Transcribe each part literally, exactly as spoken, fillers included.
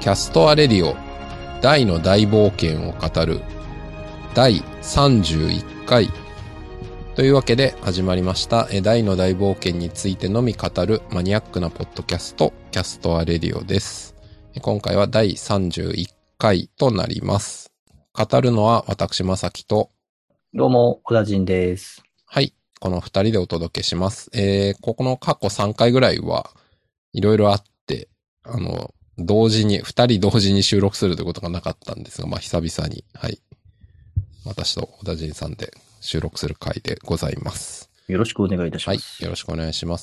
キャストアレディオ大の大冒険を語るだいさんじゅういっかいというわけで始まりました大の大冒険についてのみ語るマニアックなポッドキャストキャストアレディオです。今回はだいさんじゅういっかいとなります。語るのは私まさきとどうも小田陣です。 はい、この二人でお届けします。えー、ここの過去さんかいぐらいはいろいろあってあの同時に、二人同時に収録するということがなかったんですが、まあ、久々に、はい。私と小田陣さんで収録する回でございます。 よろしくお願いいたします。 はい。よろしくお願いします。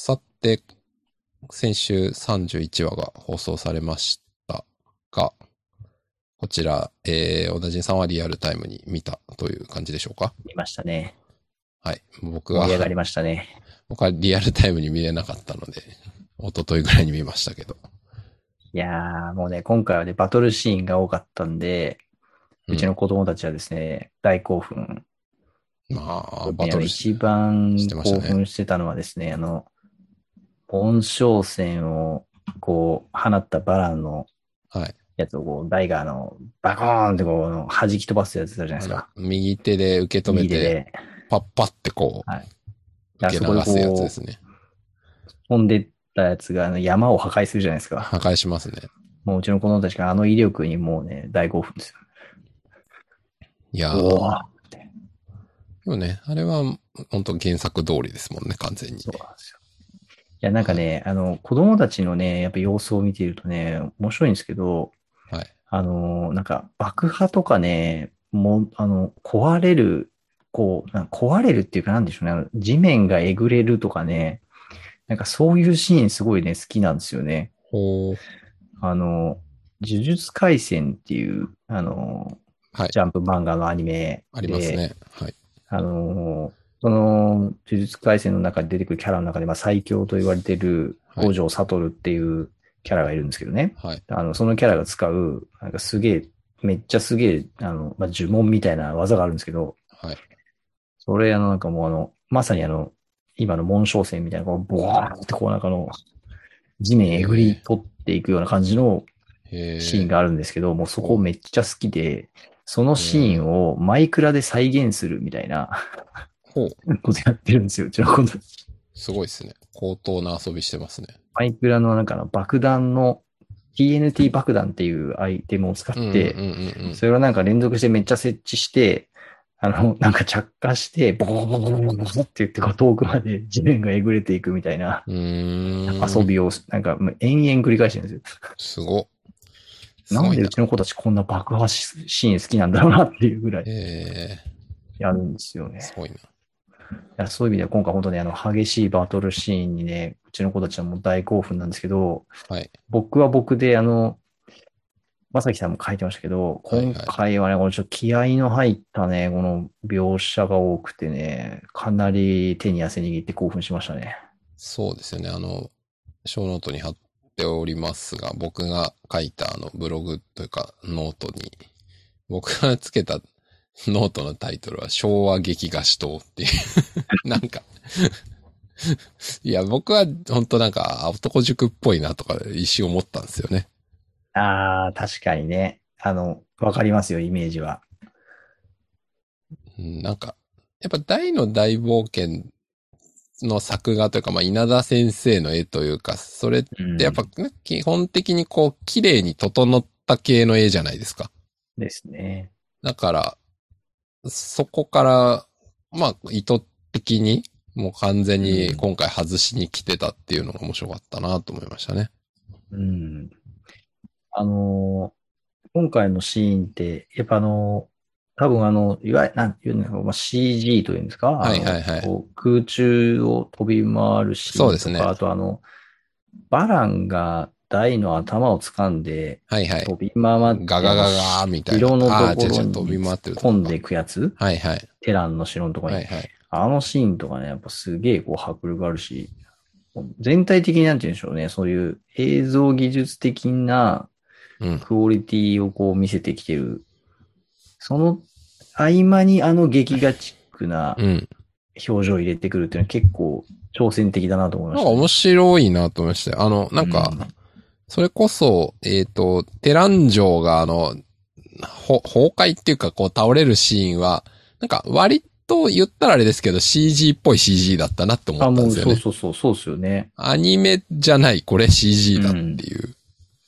さて、先週さんじゅういちわが放送されましたが、こちら、えー、小田陣さんはリアルタイムに見たという感じでしょうか？ 見ましたね。 はい。僕は、 盛り上がりましたね。 僕はリアルタイムに見れなかったので、一昨日ぐらいに見ましたけど。 いやー、もうね、今回はね、バトルシーンが多かったんで、うちの子供たちはですね、うん、大興奮。 まあ、バトル一番興奮してたのはですね、あの、盆小線をこう、放ったバランのやつをこう、ダイガーのバコーンってこう、弾き飛ばすやつだじゃないですか。 右手で受け止めて、パッパってこう、はい、受け流すやつですね。 飛んでったやつがあの山を破壊するじゃないですか。 破壊しますね。 もううちの子供たちがあの威力にもうね、大興奮ですよ。 いやー。でもね、あれは本当原作通りですもんね、完全に、ね。 そうなんですよ。いや、なんかね、はい、あの、子供たちのね、やっぱ様子を見ているとね、面白いんですけど、 はい。 あの、なんか爆破とかね、もう、あの、壊れる、こう、壊れるっていうかなんでしょうね、あの地面がえぐれるとかね、なんかそういうシーンすごいね、好きなんですよね。 ほー。 あの、呪術廻戦っていう、あの、はい、ジャンプ漫画のアニメで。 ありますね。はい。 あの、その、呪術廻戦の中で出てくるキャラの中で、まあ最強と言われている五条悟っていうキャラがいるんですけどね。 はい。 あの、そのキャラが使う、なんかすげえ、めっちゃすげえ、あの、まあ、呪文みたいな技があるんですけど。 はい。 それ、あの、なんかもうあの、まさにあの、今の紋章線みたいな、こう、ボワーってこうなんかの、地面えぐり取っていくような感じのシーンがあるんですけど、もうそこめっちゃ好きで、そのシーンをマイクラで再現するみたいなことやってるんですよ、うちの子たち。 すごいですね。高等な遊びしてますね。 マイクラのなんかの爆弾の ティーエヌティー 爆弾っていうアイテムを使って、それをなんか連続してめっちゃ設置して、あの、なんか着火して、ボコボコボコボコボコって言ってこう遠くまで地面がえぐれていくみたいな遊びを、なんか延々繰り返してるんですよ。 すご。 なんでうちの子たちこんな爆破シーン好きなんだろうなっていうぐらいやるんですよね。 すごいな。 いや、そういう意味では今回本当にあの激しいバトルシーンにね、うちの子たちはもう大興奮なんですけど、 はい、 僕は僕であの、まさきさんも書いてましたけど、今回はね、このちょっと気合の入ったね、この描写が多くてね、かなり手に汗握って興奮しましたね。 そうですよね。あの、小ノートに貼っておりますが、僕が書いたあのブログというかノートに、僕がつけたノートのタイトルは昭和劇画史刀っていう、なんか、いや、僕は本当なんか男塾っぽいなとか一瞬思ったんですよね。 ああ、確かにね。あの、わかりますよ、イメージは。 なんか、やっぱ大の大冒険の作画というか、まあ、稲田先生の絵というか、それってやっぱ、ね、うん、基本的にこう、綺麗に整った系の絵じゃないですか。 ですね。 だから、そこから、まあ、意図的に、もう完全に今回外しに来てたっていうのが面白かったなと思いましたね。 うん。あのー、今回のシーンって、やっぱあのー、多分あの、いわゆる、なんていうんですか、まあ、シージー というんですか、 はいはいはい。 こう空中を飛び回るシーンとか、そうですね、あとあの、バランが台の頭を掴んで、 はいはい、 飛び回って、 ガガガガーみたいな。 城のところに突っ込んでいくやつ、 はいはい。 テランの城のところに。はいはい、あのシーンとかね、やっぱすげえこう迫力あるし、全体的になんて言うんでしょうね、そういう映像技術的なクオリティをこう見せてきてる。うん、その合間にあの劇画チックな表情を入れてくるっていうのは結構挑戦的だなと思いました、ね。 なんか面白いなと思いましたよ。あの、なんか、うん、 それこそ、えっと、テラン城があの、ほ、崩壊っていうかこう倒れるシーンは、なんか割と言ったらあれですけど シージー っぽい シージー だったなって思あ、もう、 ったんですよね。 そうそうそう、そうですよね。 アニメじゃない、これ シージー だっていう。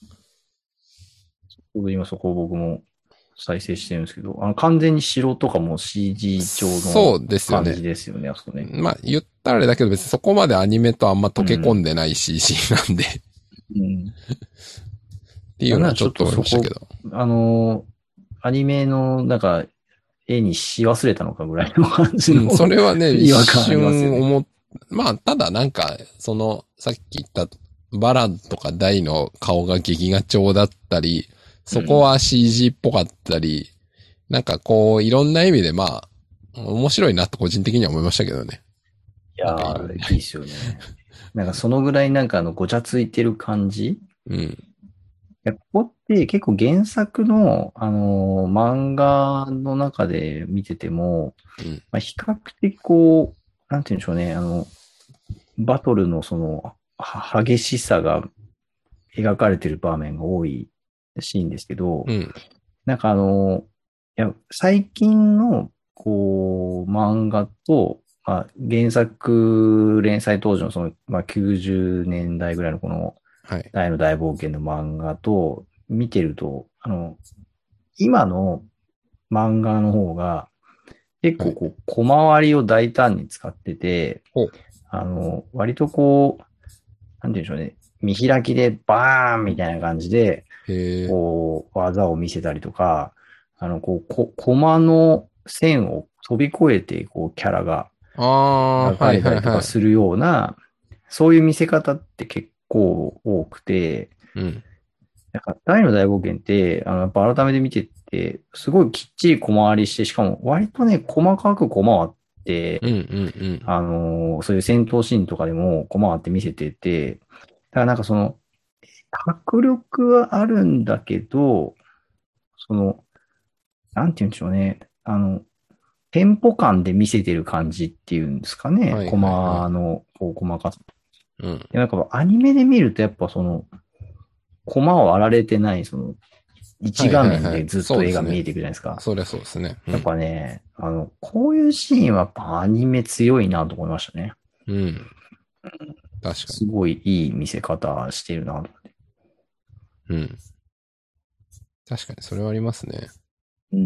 うん、今そこを僕も再生してるんですけど、あの、完全に城とかも シージー 調そうのですよね。 感じですよね、あそこね。 まあ言ったらあれだけど別にそこまでアニメとあんま溶け込んでない シージー なんで、 うん。 っていうのはちょっと思いましたけど。 あの、アニメの、なんか、絵にし忘れたのかぐらいの感じの、 うん、それはね、 違一和感ありますよね。 瞬思っ、まあ、ただなんか、その、さっき言ったバランとかダイの顔が劇画調だったり、そこは シージー っぽかったり、うん、なんかこう、いろんな意味でまあ、面白いなと個人的には思いましたけどね。 いやー、いいですよね。なんかそのぐらいなんかあの、ごちゃついてる感じ。 うん。いや、ここって結構原作の、あのー漫画の中で見てても、 うん、 まあ、比較的こう、なんて言うんでしょうね、あの、バトルのその、は激しさが描かれてる場面が多いシーンですけど、 うん、 なんかあの、いや、最近の、こう、漫画と、まあ、原作連載当時のその、まあ、きゅうじゅうねんだいぐらいのこの、 はい。 大の大冒険の漫画と見てると、あの、今の漫画の方が結構こう、小回りを大胆に使ってて、 はい、 あの、割とこう、なんて言うんでしょうね、見開きでバーンみたいな感じで、こう、技を見せたりとか、あの、こう、こ、コマの線を飛び越えて、こう、キャラが描かれたりとかするような、そういう見せ方って結構多くて、 うん。 なんか大の大冒険って、あの、やっぱ改めて見てて、すごいきっちり小回りして、しかも割とね、細かく小回って、 うんうんうん、 あの、そういう戦闘シーンとかでも小回って見せてて、だからなんかその、迫力はあるんだけど、その、なんて言うんでしょうね。あの、テンポ感で見せてる感じっていうんですかね。 はいはいはい、 コマの、こう、細かさ。 うん。 なんかアニメで見るとやっぱその、コマを割られてない、その、一画面でずっと絵が見えていくじゃないですか。 そりゃそうですね。 うん、やっぱね、あの、こういうシーンはやっぱアニメ強いなと思いましたね。 うん。確かに。 すごいいい見せ方してるなと思って。 うん。確かに、それはありますね。 うん。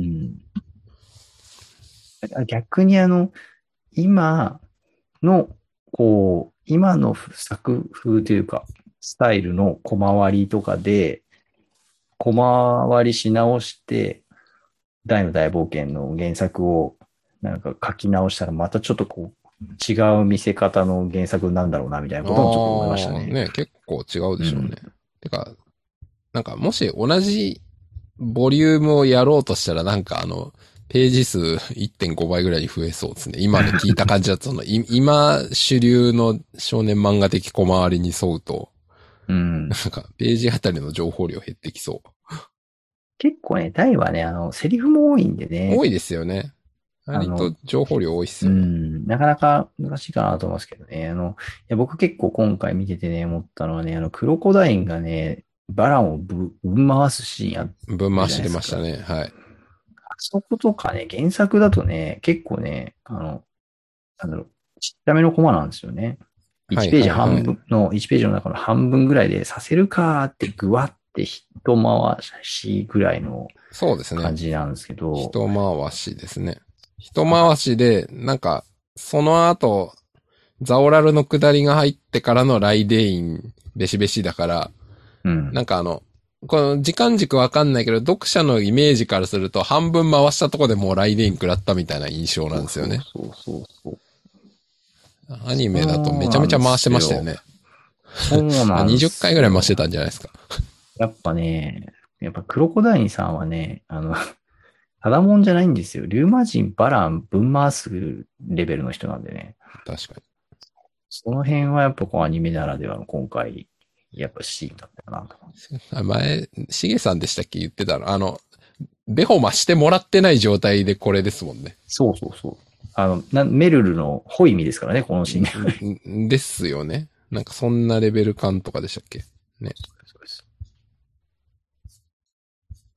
逆にあの、今の、こう、今の作風というか、スタイルの小回りとかで、小回りし直して、大の大冒険の原作をなんか書き直したら、またちょっとこう、違う見せ方の原作なんだろうな、みたいなこともちょっと思いましたね。 ね、結構違うでしょうね。うん、てか、なんかもし同じボリュームをやろうとしたらなんかあの、ページ数 いってんご 倍ぐらいに増えそうですね。今の聞いた感じだと、その、今主流の少年漫画的小回りに沿うと、 うん。 なんか、ページあたりの情報量減ってきそう。 結構ね、大はね、あの、セリフも多いんでね。 多いですよね。割と情報量多いっすよね。 うん、なかなか難しいかなと思いますけどね。あの、いや僕結構今回見ててね、思ったのはね、あの、クロコダインがね、バランをぶぶん回すシーンあっぶん回してましたね。はい。 あそことかね、原作だとね、結構ね、あの、なんだろう、ちっちゃめのコマなんですよね。いちページ半分の、いちページの中の半分ぐらいでさせるかーってぐわって一回しぐらいの感じなんですけど。 一回しですね。一回しで、なんか、その後、ザオラルの下りが入ってからのライデイン、ベシベシだから、 うん、 なんかあの、この時間軸わかんないけど、読者のイメージからすると半分回したとこでもうライデイン食らったみたいな印象なんですよね。 そうそうそうそう。 アニメだとめちゃめちゃ回してましたよね。 そうなんですよ。 にじゅっかいぐらい回してたんじゃないですか。 やっぱね、やっぱクロコダインさんはね、あの、ただもんじゃないんですよ。リューマ人、バラン、ぶん回すレベルの人なんでね。 確かに。 その辺はやっぱこうアニメならではの今回、やっぱシーンだったかなと。 前、しげさんでしたっけ言ってたの。あの、ベホマしてもらってない状態でこれですもんね。 そうそうそう。あの、なメルルのホイミですからね、このシーン。 ですよね。なんかそんなレベル感とかでしたっけね。 そうです。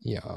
いやー。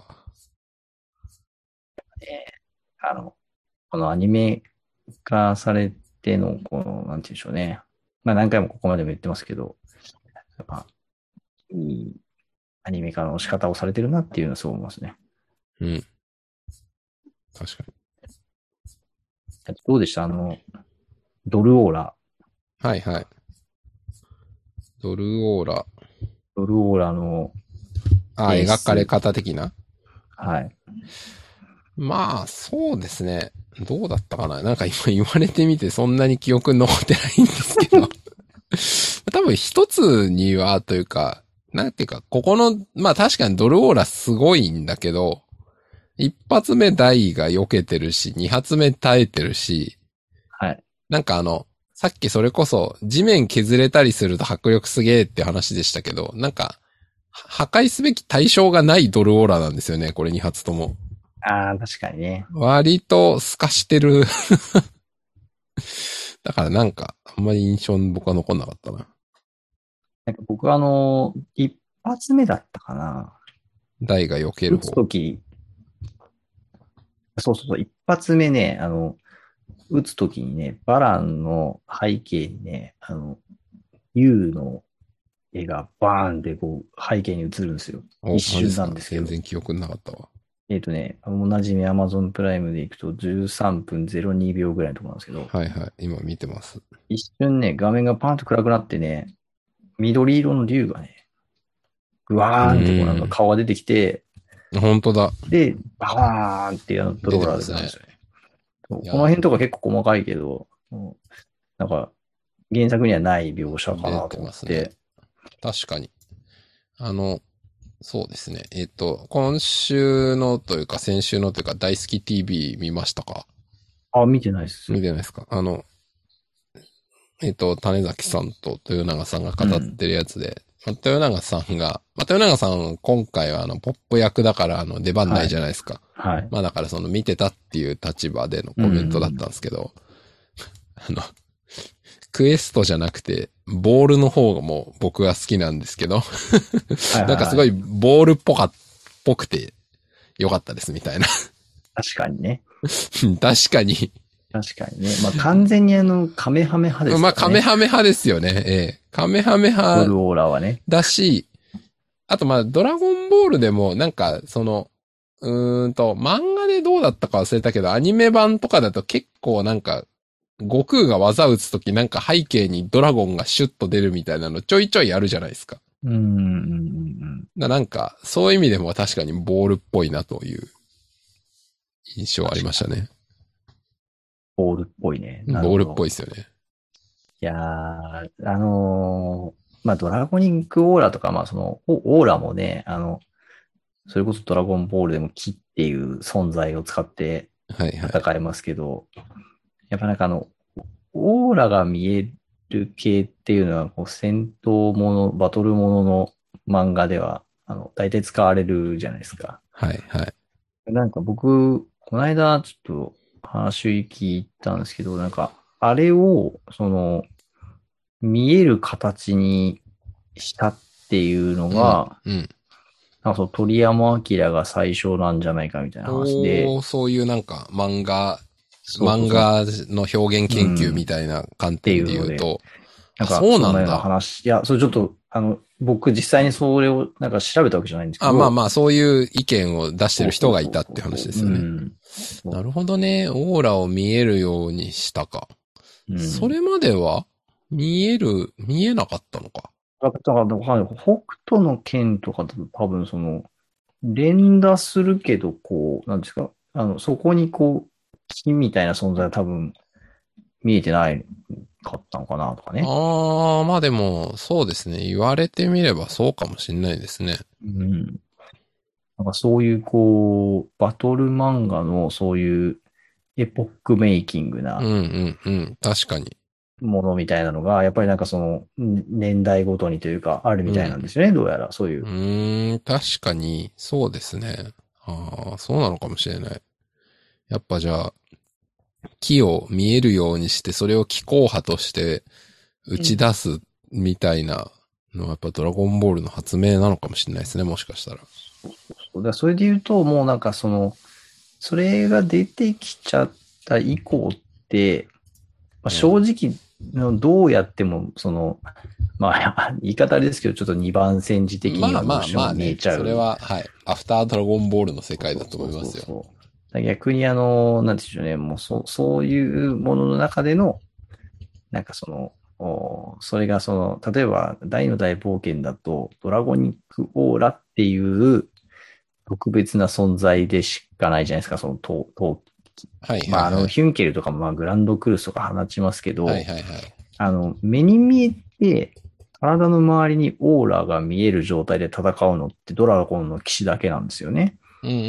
ね、あの、このアニメ化されての、この、なんて言うんでしょうね。まあ何回もここまでも言ってますけど、やっぱ、いいアニメ化の仕方をされてるなっていうのはそう思いますね。 うん。確かに。 どうでしたあの、ドルオーラ。 はいはい。ドルオーラ。 ドルオーラのあ、描かれ方的な。 はい。 まあ、そうですね。どうだったかな。なんか今言われてみてそんなに記憶に残ってないんですけど。多分一つにはというか、なんていうか、ここの、まあ確かにドルオーラすごいんだけど、一発目台が避けてるし、二発目耐えてるし、 はい。 なんかあの、さっきそれこそ地面削れたりすると迫力すげーって話でしたけど、なんか、破壊すべき対象がないドルオーラなんですよね、これ二発とも。 ああ、確かにね。 割と透かしてる。だからなんか、あんまり印象に僕は残んなかったな。 なんか僕あの、一発目だったかな。 台が避ける打つ方。 とき、そうそうそう、一発目ね、あの、打つときにね、バランの背景にね、あの、U の絵がバーンってこう背景に映るんですよ。 お、 一瞬マジですか？ なんですけど。 全然記憶になかったわ。 えっとね、おなじみ Amazon プライムでいくとじゅうさんぷんゼロにびょうぐらいのところなんですけど、 はいはい。今見てます。 一瞬ね、画面がパーンと暗くなってね、緑色の竜がね、ぐわーんってこうなんか顔が出てきて、 本当だ。 で、バーンってあのドローラーで出るんですよね。この辺とか結構細かいけど、うん、なんか原作にはない描写かなと思って。 ね、確かに。あの、そうですね。えっと、今週のというか先週のというか大好き ティーブイ 見ましたか？ あ、見てないです。 見てないですか？あの、えっと、種崎さんと豊永さんが語ってるやつで、うん、豊永さんが、まあ、豊永さん今回はあの、ポップ役だからあの、出番ないじゃないですか。 はい。はい、 まあだからその見てたっていう立場でのコメントだったんですけど、うん、あの、クエストじゃなくて、ボールの方も僕は好きなんですけど、なんかすごいボールっぽかっぽくてよかったですみたいな。 確かにね。 確かに。 確かにね。まあ完全にあの、カメハメ派ですからね。 まあカメハメ派ですよね。ええ。カメハメ派。 ドルオーラはね。 だし、あとまあドラゴンボールでもなんかその、うーんと、漫画でどうだったか忘れたけど、アニメ版とかだと結構なんか、悟空が技打つときなんか背景にドラゴンがシュッと出るみたいなのちょいちょいあるじゃないですか。 うん、うん、うん。 なんか、そういう意味でも確かにボールっぽいなという印象ありましたね。 ボールっぽいね。 ボールっぽいですよね。 いやー、あのー、まあ、ドラゴニックオーラとか、まあ、その、オーラもね、あの、それこそドラゴンボールでも木っていう存在を使って戦えますけど、はいはい、やっぱなんかあの、オーラが見える系っていうのは、こう戦闘もの、バトルものの漫画では、あの、大体使われるじゃないですか。 はいはい。 なんか僕、この間ちょっと話聞いたんですけど、なんか、あれを、その、見える形にしたっていうのが、 うん、うん、 なんかその鳥山明が最初なんじゃないかみたいな話で。 おー、そういうなんか漫画、漫画の表現研究みたいな観点で言うと、 うん、なんかそんなような話。いや、それちょっと、あの、僕実際にそれをなんか調べたわけじゃないんですけど。 あ、まあまあ、そういう意見を出してる人がいたって話ですよね。なるほどね。オーラを見えるようにしたか。うん、それまでは見える、見えなかったのか。 だから、北斗の剣とかだと多分その、連打するけど、こう、なんですか、あの、そこにこう、木みたいな存在は多分見えてないかったのかなとかね。 ああ、まあでも、そうですね。言われてみればそうかもしれないですね。 うん。なんかそういうこう、バトル漫画のそういうエポックメイキングな。 うんうんうん。確かに。 ものみたいなのが、やっぱりなんかその、年代ごとにというか、あるみたいなんですよね、うん、どうやら、そういう。 うーん、確かに、そうですね。ああ、そうなのかもしれない。やっぱじゃあ、木を見えるようにして、それを気候派として打ち出すみたいなのは、やっぱドラゴンボールの発明なのかもしれないですね、もしかしたら。 だからそれで言うと、もうなんかその、それが出てきちゃった以降って、まあ、正直のどうやっても、その、まあ、言い方あれですけど、ちょっと二番煎じ的にまあまはどうしてもあまあね、 見えちゃう。 それは、はい。アフタードラゴンボールの世界だと思いますよ。 そうそうそうそう逆にあの、なんていうんでしょうね、もうそ、そういうものの中での、なんかその、おそれがその、例えば大の大冒険だと、ドラゴニックオーラっていう特別な存在でしかないじゃないですか、その、と、と、 はいはまあ、あの、 いはい。 ヒュンケルとかもまあグランドクルスとか放ちますけど、 はいはいはい。 あの、目に見えて、体の周りにオーラが見える状態で戦うのってドラゴンの騎士だけなんですよね。 うんうんうん。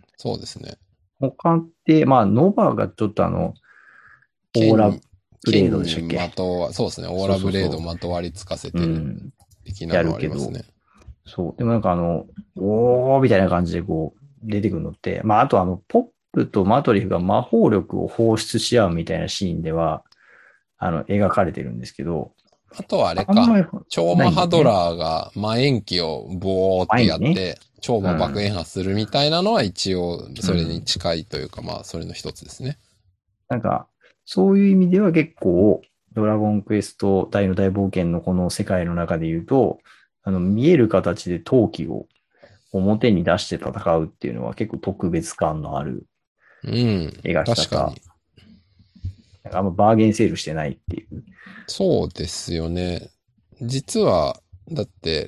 そうですね。 他って、まあ、ノバがちょっとあの、オーラ剣、 ブレード剣にでしたっけ？ 的は、そうですね。オーそうラブレードそうそまとわりつかせう。うて、 ん。や的なのはありるけど、 ますね。 そう。でもなんかあの、おーみたいな感じでこう、出てくるのって、まあ、あとあの、ポップとマトリフが魔法力を放出し合うみたいなシーンでは、あの、描かれてるんですけど、 あとはあれか。 あんまり超魔ハドないんだよね。 ラーが魔塩気をボーって前にね。 やって、超魔爆うん。 炎発するみたいなのは一応それにうん。 近いというか、まあそれの一つですね。 なんか、そういう意味では結構、ドラゴンクエスト大の大冒険のこの世界の中で言うと、あの、見える形で陶器を表に出して戦うっていうのは結構特別感のあるうん。 描き方。 確かに。 なんかあんまバーゲンセールしてないっていう。 そうですよね。実は、だって、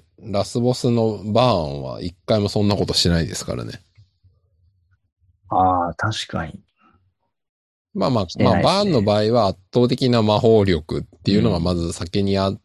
ラスボスのバーンは一回もそんなことしないですからね。 ああ、確かに。 まあまあ、 してまあ、 ないですね。 バーンの場合は圧倒的な魔法力っていうのがまうん。 ず先にあって、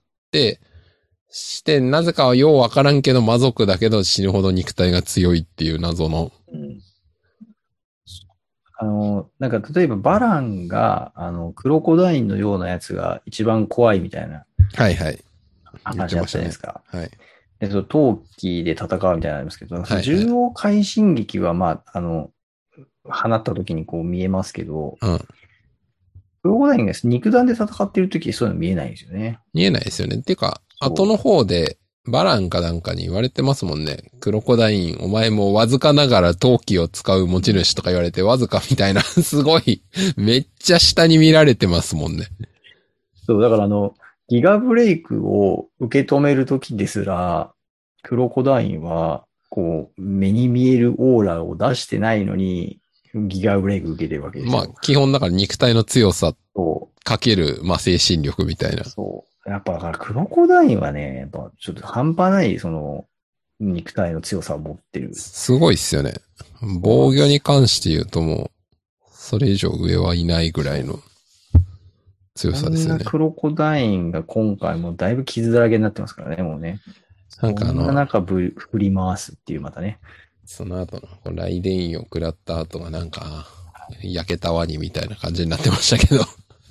して、なぜかはようわからんけど魔族だけど死ぬほど肉体が強いっていう謎の。 うん、あの、なんか例えばバランが、あの、クロコダインのようなやつが一番怖いみたいなはいはい。言って話あっましたね。 たじゃないですか。 はい。 で、その陶器で戦うみたいなのありますけど、そのはいはい。 獣王快進撃は、まあ、あの、放った時にこう見えますけど、 うん。 クロコダインが肉弾で戦ってる時そういうの見えないんですよね。 見えないですよね。っていうか、後のそ方で、バランかなんかに言われてますもんね。クロコダイン、お前もわずかながら陶器を使う持ち主とか言われて、わずかみたいな、すごい、めっちゃ下に見られてますもんね。 う。そう、だからあの、ギガブレイクを受け止める時ですら、クロコダインは、こう、目に見えるオーラを出してないのに、ギガブレイク受けてるわけですまあ、 よ。 基本だから肉体の強さそかける、まあ、精神力みたいな。 う、そう。やっぱだからクロコダインはね、やっぱちょっと半端ない、その、肉体の強さを持ってる。 すごいっすよね。 そうな防御にんですよ。 関して言うともう、それ以上上はいないぐらいそう。 の強そんさですよね。 なクロコダインが今回もだいぶ傷だらけになってますからね、もうね。 なんそんなかあの、 中ぶ振り回すっていうまたね。 その後の、こう雷電を食らった後がなんか、焼けたワニみたいな感じになってましたけど。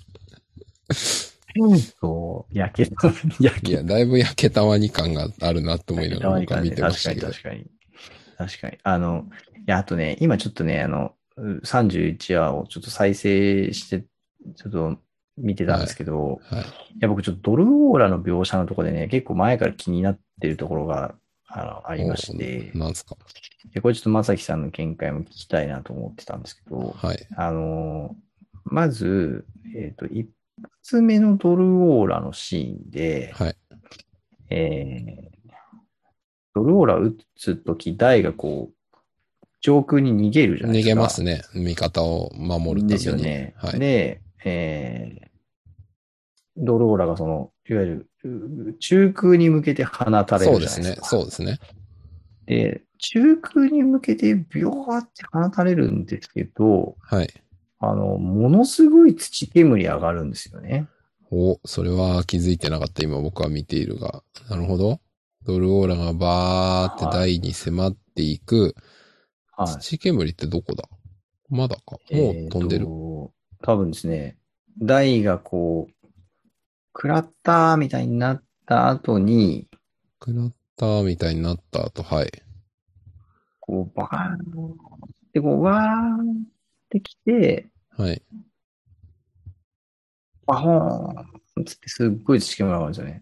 うんそう、焼けた、焼け、 いや、だいぶ焼けたワニ感があるなと思い焼けながら僕は見たワニかね。確かにてましたけど。 確かに。確かに。あの、いや、あとね、今ちょっとね、あの、さんじゅういちわをちょっと再生して、ちょっと見てたんはい。 ですけど、 はい。 いや、僕ちょっとドルオーラの描写のところでね、結構前から気になってるところが、あの、ありまおして、 なんすか。 で、これちょっとまさきさんの見解も聞きたいなと思ってたんですけど、 はい。 あの、まず、えっと、一発目のドルオーラのシーンで、 はい。 えー、ドルオーラ撃つとき、ダイがこう、上空に逃げるじゃないで逃すか。 げますね。味方を守るたですめに。 よね。 はい。 で、えー、ドルオーラがその、いわゆる、う中空に向けて放たれるそうですね。 じゃないですか。 そうですね。 で、中空に向けてビョーって放たれるんですけど、 はい。 あの、ものすごい土煙上がるんですよね。 お、それは気づいてなかった。今僕は見ているが。なるほど。ドルオーラがバーってはい。 台に迫っていく。 は土煙ってどこだ？まだか。 い。 もうえっ飛んでる。 と、多分ですね、台がこう、食らったみたいになった後に、 食らったみたいになった後、はい。 こう、バーンってこう、わーってきて、 はい。 バホーンつってすっごい土煙が上がるんですよね。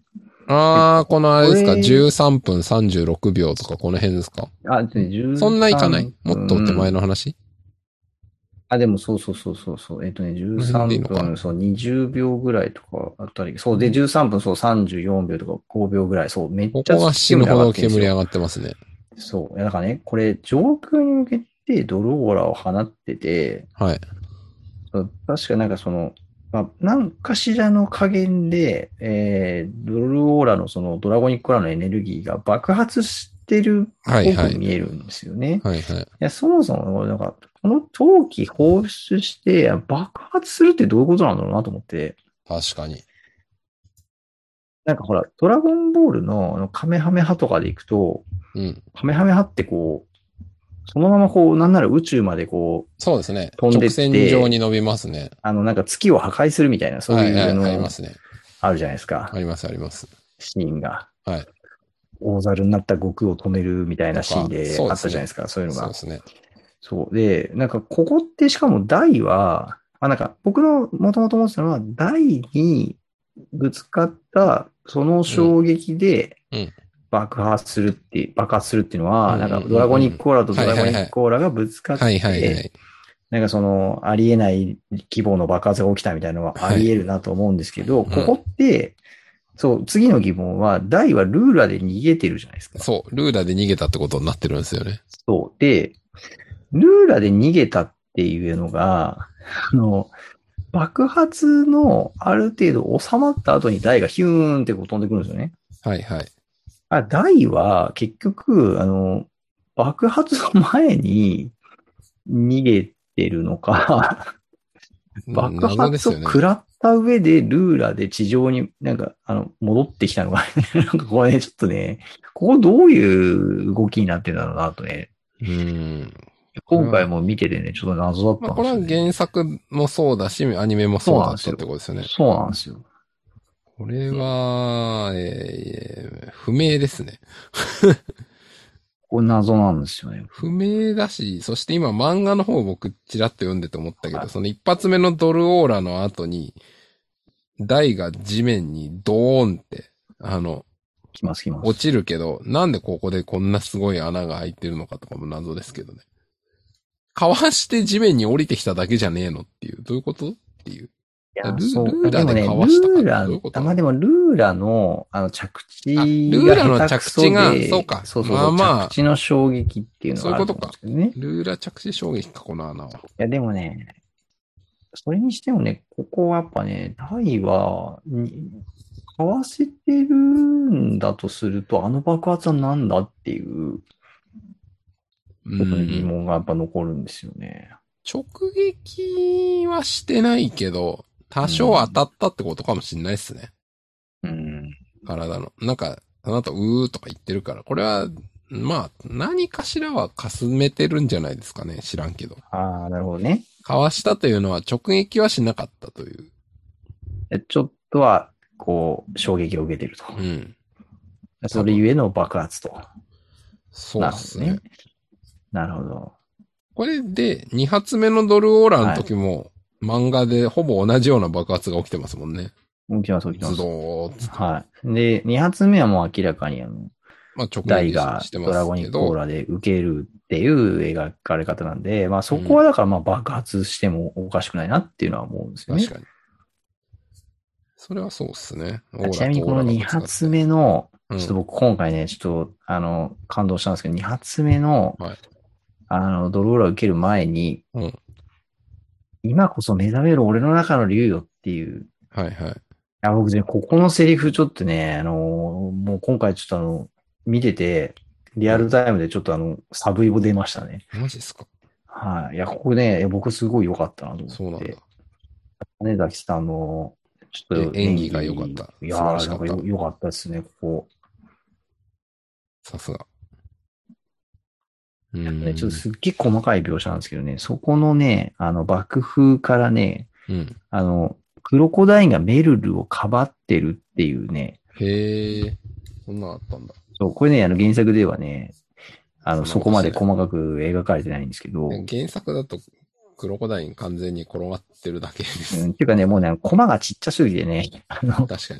あー、このあれですか、 これじゅうさんぷんさんじゅうろくびょうとかこの辺ですか？ あ、じゅうさんそんないかない？もっと手前の話？ あ、でもそうそうそうそうそう。えっとね、13 この辺でいいのか。 分、そう、にじゅうびょうぐらいとかあったり、そう、で、じゅうさんぷん、そう、さんじゅうよんびょうとかごびょうぐらい、そう、めっちゃここが死ぬ煙上がほどってるんですよ。 煙上がってますね。 そう。いやだからね、これ、上空に向けてドローラを放ってて、 はい。 そう確かなんかその、まあ、何かしらの加減で、えー、ドルオーラのそのドラゴニックオーラのエネルギーが爆発してるっぽくはいはい。 見えるんですよね。 はいはい。 いや、そもそも、なんか、この陶器放出して爆発するってどういうことなんだろうなと思って、 確かに。 なんかほら、ドラゴンボールのあのカメハメハとかでいくと、 うん。 カメハメハってこう、そのままこう、なんなら宇宙までこう、 そうですね。 飛んでっ直線上にて、 伸びますね。 あの、なんか月を破壊するみたいな、そういう、 はいはい、 あの、 ありますね。 あるじゃないですか。 ありますあります。 シーンが。 はい。 大猿になった悟空を止めるみたいなとか、 シーンであっそうですね。 たじゃないですか、そういうのが。 そうですね。 そう。で、なんかここってしかも台は、あ、なんか僕のもともと思ってたのは、台にぶつかったそのうん。 衝撃でうん。 爆発するって、爆発するっていうのは、 うんうんなんかドラゴニッうんうん。 クオーラとドラゴニッはいはいはい。 クオーラがぶつかっはいはいはて、 い。 なんかそのありえない規模の爆発が起きたみたいなのはあはい。 り得るなと思うんですけど、 うん。 ここって、そう、次の疑問は、ダイはルーラで逃げてるじゃないですか。 そう。ルーラで逃げたってことになってるんですよね。 そう。で、ルーラで逃げたっていうのが、あの、爆発のある程度収まった後にダイがヒューンってこう飛んでくるんですよね。 はいはい。 あ、ダイは結局、あの、爆発の前に逃げてるのか、 うん、 爆謎で発をすよね。 食らった上でルーラで地上になんか、あの、戻ってきたのか、なんかこれね、ちょっとね、ここどういう動きになってんだろうなとね、 うーん。これ今回は、 も見ててね、ちょっと謎だっまあこれはたんですよね。 原作もそうだし、アニメもそうそうだったってなんですよ。 ことですよね。 そうなんですよ。 これは、えー、不明ですね。 これ謎なんですよね。 不明だし、そして今漫画の方僕ちらっと読んでて思ったけど、その一発目のドルオーラの後に、台が地面にドーンって、あの、 来ます来ま落す。 ちるけど、なんでここでこんなすごい穴が開いてるのかとかも謎ですけどね。かわして地面に降りてきただけじゃねえのっていう、どういうことっていう。ル、 いや、 ルそう。 ーラででもね、ルかわしたかってーラ、あ、 どういうことなの？ まあ、でもルーラの、あの、着あ、ル地がーラの下手くそ着地が、そうで、 か。 そうそうそう、 まあまあ、 着地の衝撃っていうのがあると思うんでそういうことか。 すけどね。いルーラ着地衝撃か、この穴は。 や、でもね、それにしてもね、ここはやっぱね、タイは、にかわせてるんだとすると、あの爆発は何だっていう、 うちょっとね疑ん。 問がやっぱ残るんですよね。 直撃はしてないけど、多少当たったってことかもしんないっすね。 うん。 体の。なんか、その後、うーとか言ってるから、これは、まあ、何かしらはかすめてるんじゃないですかね。知らんけど。 ああ、なるほどね。 かわしたというのは直撃はしなかったという。 えちょっとは、こう、衝撃を受けてると。 うん。 それゆえの爆発と。 そうっすね。 なるほどね。なるほど。 これで、二発目のドルオーラのはい。 時も、漫画でほぼ同じような爆発が起きてますもんね。 起きます、起きまズドす。 ーっつって。 はい。で、二発目はもう明らかに、あの、 まあ直撃しダイがしてまドラゴニックオーすけど、 ラで受けるっていう描かれ方なんで、まあそこはうん、 だからまあ爆発してもおかしくないなっていうのは思うんですよね。 確かに。それはそうっすね。オーちなみにこのラとオーラが二発ぶつかって。 目の、 うん。 ちょっと僕今回ね、ちょっと、あの、感動したんですけど、二発目の、 はい。 あの、ドローラを受ける前に、 うん。 今こそ目覚める俺の中の竜よっていう、 はいはい。 あ、僕ね、ここのセリフちょっとね、あの、もう今回ちょっとあの、見てて、リアルタイムでちょっとあの、サブイボ出ましたね。 マジっすか。 はい。いや、ここね、いや僕すごい良かったなと思っそうなんだ。 て。金崎さんの、ちょえ、 っと演演技が良かっ技、 た。 いや素晴らしー、なんかかった。 よ良かったですね、ここ。 さすが。うね、ちょっとーん。 すっげえ細かい描写なんですけどね、そこのね、あの、爆風からね、 うん。 あの、クロコダインがメルルをかばってるっていうね、 へえ。そんなんあったんだ。 そう、これね、あの原作ではね、あの、 そんなそこまでことしてない。 細かく描かれてないんですけど、 原作だと、クロコダイン完全に転がってるだけでうん、 す。 っていうかね、もうね、コマがちっちゃすぎてね、あの、 確かに。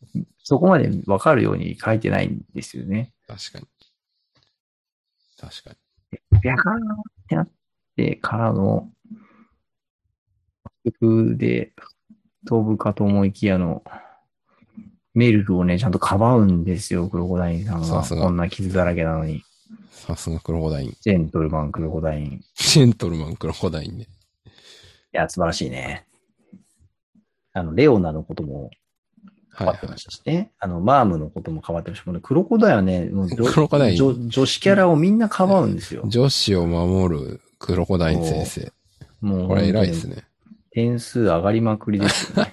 そこまでわかるように書いてないんですよね。 確かに。確かビャーってなってからの、曲で飛ぶかと思いきやの、メルルをね、ちゃんとかばうんですよ、クロコダインさんに。 が。 さすが。 こんな傷だらけなのに。 さすがクロコダイン。 ジェントルマン、クロコダイン。いジェントルマンクロコダインね。 や、素晴らしいね。あの、レオナのことも変わってましたしね。はいはい、あの、マームのことも変わってました。クロコダインはね、もうクロコダイン女、女子キャラをみんなかばうんですよ。 女子を守るクロコダイン先生。もう、これ偉いですね。 点数上がりまくりですよね。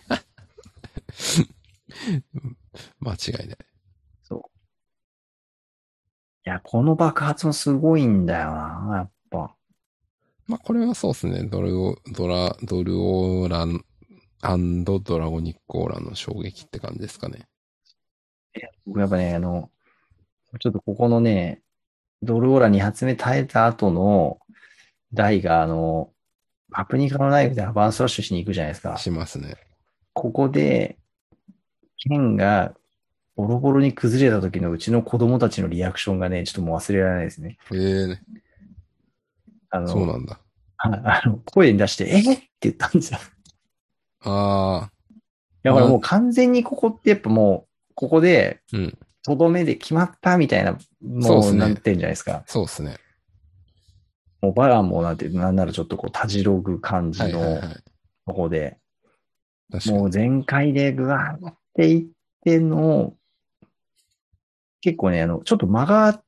間違いない。 そう。いや、この爆発もすごいんだよな、やっぱ。 まあ、これはそうですね。ドルオ、ドラ、ドルオーラン、ドラゴニックオーラの衝撃って感じですかね。 僕やっぱね、あの、ちょっとここのね、ドルオーラに発目耐えた後の台が、あの、パプニカのナイフでアバンスラッシュしに行くじゃないですか。 しますね。 ここで、剣がボロボロに崩れた時のうちの子供たちのリアクションがね、ちょっともう忘れられないですね。 ええー、ね。 あの、 そうなんだ。 ああの声に出して、えー、って言ったんですよ。 ああ。 だからもう完全にここってやっぱもう、ここで、 うん。 とどめで決まったみたいな、もうなんてんじゃないですか。 そうですね。 もうバランもなんて、なんならちょっとこう、たじろぐ感じの、とこで、もう全開でぐわーっていっての、結構ね、あの、ちょっと間があって、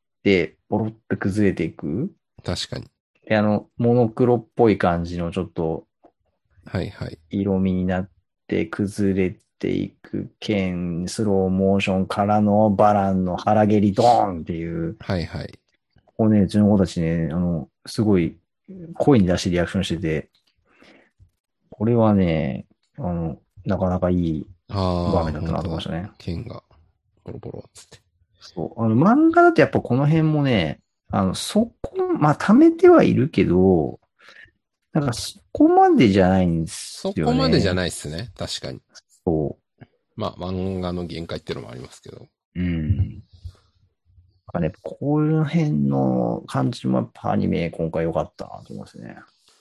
ボロって崩れていく。 確かに。 で、あの、モノクロっぽい感じのちょっと、 はいはい。 色味になって崩れていく剣、スローモーションからのバランの腹蹴りドーンっていう。 はいはい。 ここね、うちの子たちね、あの、すごい声に出してリアクションしてて、これはね、あの、なかなかいい場面だったなと思いましたね。 剣が、ボロボロつって。 そう。あの、漫画だとやっぱこの辺もね、あの、そこ、まあ、貯めてはいるけど、なんかそこまでじゃないんですよね。 そこまでじゃないっすね。確かに。 そう。 まあ、漫画の限界っていうのもありますけど。 うん。なんかね、こういう辺の感じもやっぱアニメ今回良かったなと思いますね。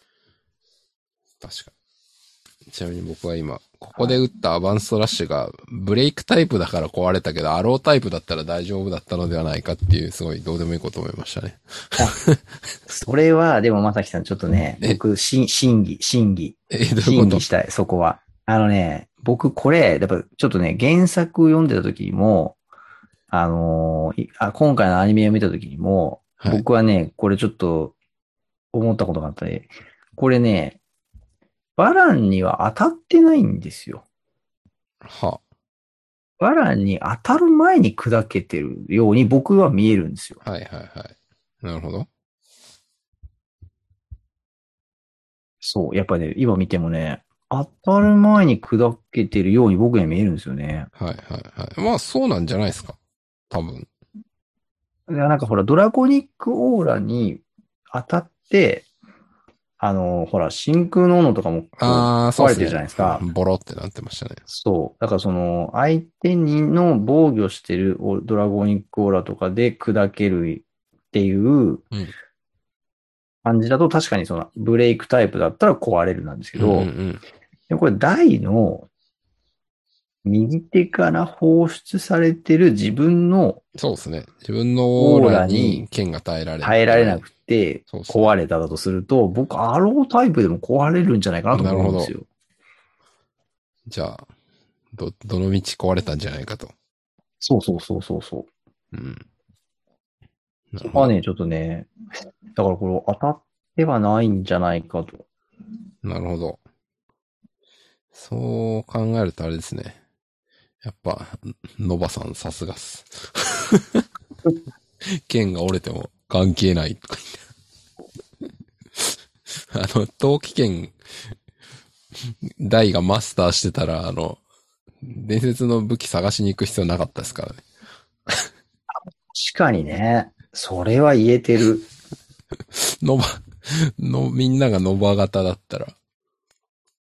確かに。ちなみに僕は今、ここで打ったアバンストラッシュが、ブレイクタイプだから壊れたけど、アロータイプだったら大丈夫だったのではないかっていう、すごいどうでもいいこと思いましたね。 それは、でもまさきさんちょっとね、僕、し、審議、審議。 え、どういうこと？ 審議したい、そこは。あのね、僕これ、やっぱちょっとね、原作読んでた時にも、あのーあ、今回のアニメを見た時にも、はい、僕はね、これちょっと思ったことがあったね。これね、バランには当たってないんですよ。 はあ、 バランに当たる前に砕けてるように僕は見えるんですよ。 はいはいはい。なるほど。 そう、やっぱね、今見てもね、当たる前に砕けてるように僕には見えるんですよね。 はいはいはい。まあそうなんじゃないですか。多分。 なんかほら、ドラゴニックオーラに当たって、あの、ほら、真空の斧とかも壊れてるじゃないですか。 すね、ボロってなってましたね。 そう。だからその、相手にの防御してるドラゴニックオーラとかで砕けるっていう感じだと、確かにその、ブレイクタイプだったら壊れるなんですけど、うんうんうん、でこれ、大の右手から放出されてる自分の、 そうですね。自分のオーラに剣が耐えられない。 耐えられなくて、壊れただとすると、僕、アロータイプでも壊れるんじゃないかなと思うんですよ。 じゃあ、ど、どの道壊れたんじゃないかと。 そうそうそうそうそう。 うん。 そこはね、ちょっとね、だからこれ当たってはないんじゃないかと。 なるほど。そう考えるとあれですね。やっぱ、ノバさんさすがっす。剣が折れても関係ないとか言って。あの、陶器剣、大がマスターしてたら、あの、伝説の武器探しに行く必要なかったですからね。 確かにね。それは言えてる。 ノバ、の、みんながノバ型だったら。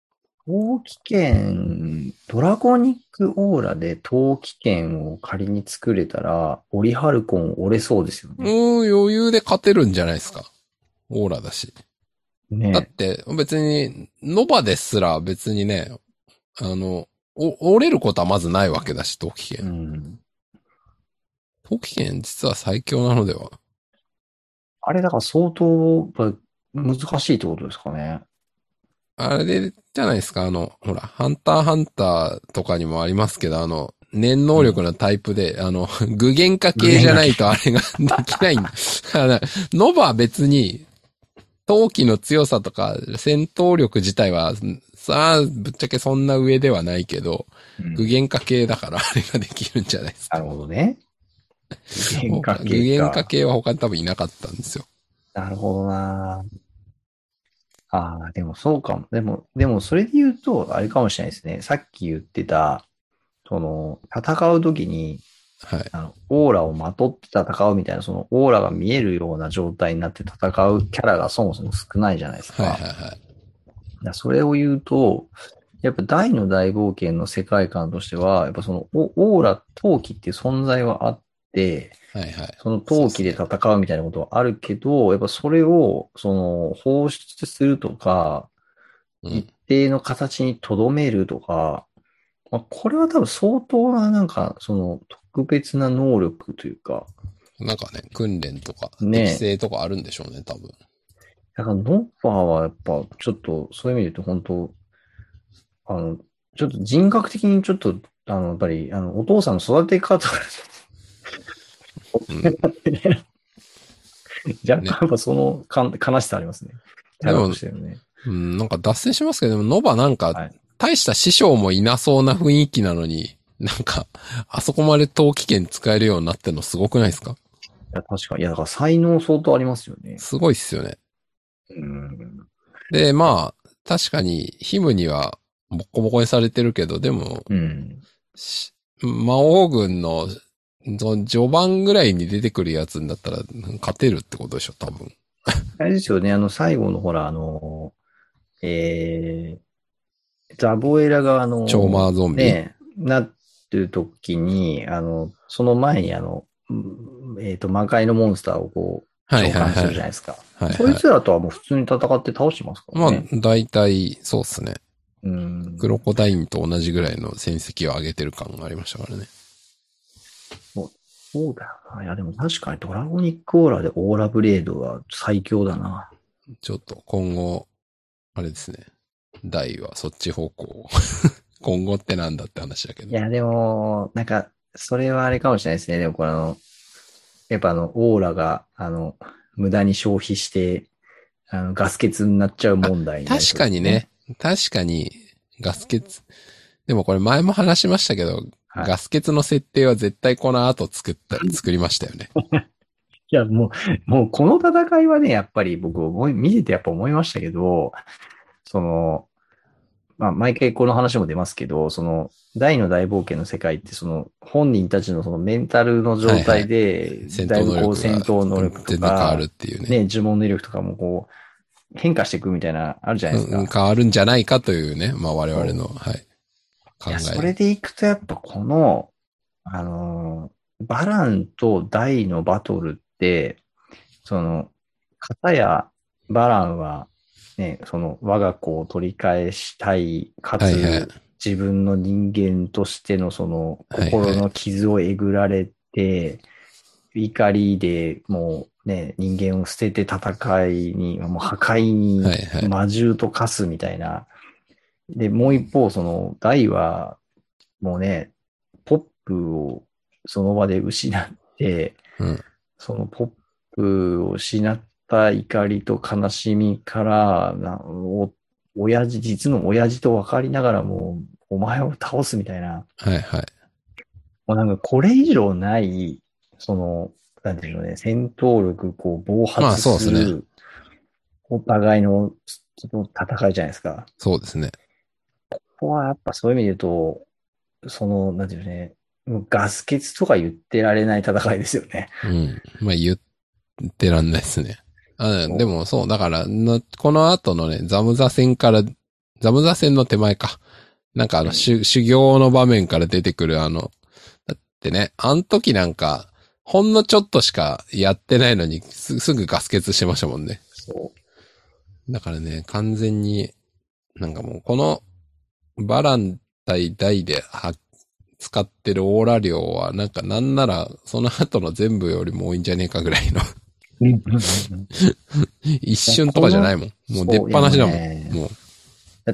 陶器剣、ドラゴニックオーラで陶器剣を仮に作れたら、オリハルコン折れそうですようね。 ーん、余裕で勝てるんじゃないですか。オーラだし。だっねて、別に、ノバですら別にね、あの、お折れることはまずないわけだし、陶器う剣。 ん。 陶器剣実は最強なのでは。 あれだから相当やっぱ難しいってことですかね。 あれじゃないですか、あの、ほら、ハンターハンターとかにもありますけど、あの、念能力のタイプで、うん、あの、具現化系じゃないとあれができないんだ。ノバは別に、陶器の強さとか戦闘力自体は、さあ、ぶっちゃけそんな上ではないけど、うん、具現化系だからあれができるんじゃないですか。 なるほどね。具現化系か。 具現化系は他に多分いなかったんですよ。 なるほどな。ああ、でもそうかも。でも、でもそれで言うと、あれかもしれないですね。さっき言ってた、その、戦うときに、 はい。 あの、オーラをまとって戦うみたいな、そのオーラが見えるような状態になって戦うキャラがそもそも少ないじゃないですか。 はいはいはい。 だそれを言うと、やっぱ大の大冒険の世界観としては、やっぱそのオーラ、陶器っていう存在はあって、 はいはい。 その陶器で戦うみたいなことはあるけど、やっぱそれを、その放出するとか、 うん、 一定の形に留めるとか、まあ、これは多分相当ななんか、その特別な能力というか。 なんかね、訓練とか、 ね、 適性とかあるんでしょうね、多分。 だからノッパーはやっぱちょっとそういう意味で言うと本当、あの、ちょっと人格的にちょっと、あの、やっぱり、あの、お父さんの育て方がうん、若干やっぱそのかん悲しさありますね。キャラとしてるね。 うん、なんか脱線しますけど、でもノバなんか、大した師匠もいなそうな雰囲気なのに、なんか、あそこまで陶器剣使えるようになってんのすごくないですか？ いや、確かに。いや、だから才能相当ありますよね。 すごいっすよね。 うん、 で、まあ、確かに、ヒムには、ボコボコにされてるけど、でも、 うん、 魔王軍の、序盤ぐらいに出てくるやつになったら、勝てるってことでしょ、多分。 あれですよね、あの、最後のほら、あの、えー、ザボエラがあの、 超魔ゾンビね、なってる時に、あの、その前にあの、えっ、ー、と、魔界のモンスターをこう、召喚するじゃないですか。はいはいはい、そいつらとはもう普通に戦って倒してますからね。 まあ、大体、そうっすね。 うん。 クロコダインと同じぐらいの戦績を上げてる感がありましたからね。 そうそうだよな。いや、でも確かにドラゴニックオーラでオーラブレードは最強だな。 ちょっと今後、あれですね。大はそっち方向。今後ってなんだって話だけど。 いや、でも、なんか、それはあれかもしれないですね。でも、これあの、やっぱあの、オーラが、あの、無駄に消費して、あの、ガス欠になっちゃう問題になりそうですね。 確かにね。確かに、ガス欠。でもこれ前も話しましたけど、はい、ガス欠の設定は絶対この後作った、作りましたよね。 いや、もう、もうこの戦いはね、やっぱり僕思い、見ててやっぱ思いましたけど、その、まあ、毎回この話も出ますけど、その、大の大冒険の世界って、その、本人たちのそのメンタルの状態で、だいぶこう戦闘能力とか、 変わるっていうね。 ね、呪文能力とかもこう、変化していくみたいな、あるじゃないですか。 うん、変わるんじゃないかというね、まあ我々の、はい。 考え。いや、それでいくとやっぱこの、あの、バランと大のバトルって、その、片やバランは、ね、その我が子を取り返したい、かつ、はいはい、自分の人間としてのその心の傷をえぐられて、はいはい、怒りでもうね、人間を捨てて戦いに、もう破壊に魔獣と化すみたいな。はいはい、で、もう一方、その大は、もうね、ポップをその場で失って、 うん、 そのポップを失った怒りと悲しみから、なお親父、実の親父と分かりながらも、お前を倒すみたいな。 はいはい。 もうなんかこれ以上ない、その、なんていうのね、戦闘力、こう、暴発する、まあそうですね、お互いの戦いじゃないですか。 そうですね。 ここはやっぱそういう意味で言うと、その、なんていうね、もうガス欠とか言ってられない戦いですよね。 うん。まあ言ってらんないですね。あでもそう、だからの、この後のね、ザムザ戦からザムザ戦の手前か。なんかあの、修修行の場面から出てくるあの、だってね、あの時なんか、ほんのちょっとしかやってないのにす、すぐガス欠してましたもんね。 そう。 だからね、完全に、なんかもうこの、バラン対大では使ってるオーラ量は、なんかなんなら、その後の全部よりも多いんじゃねえかぐらいの。一瞬とかじゃないもん。もう出っ放しだもん。 ね、 もう。 だって、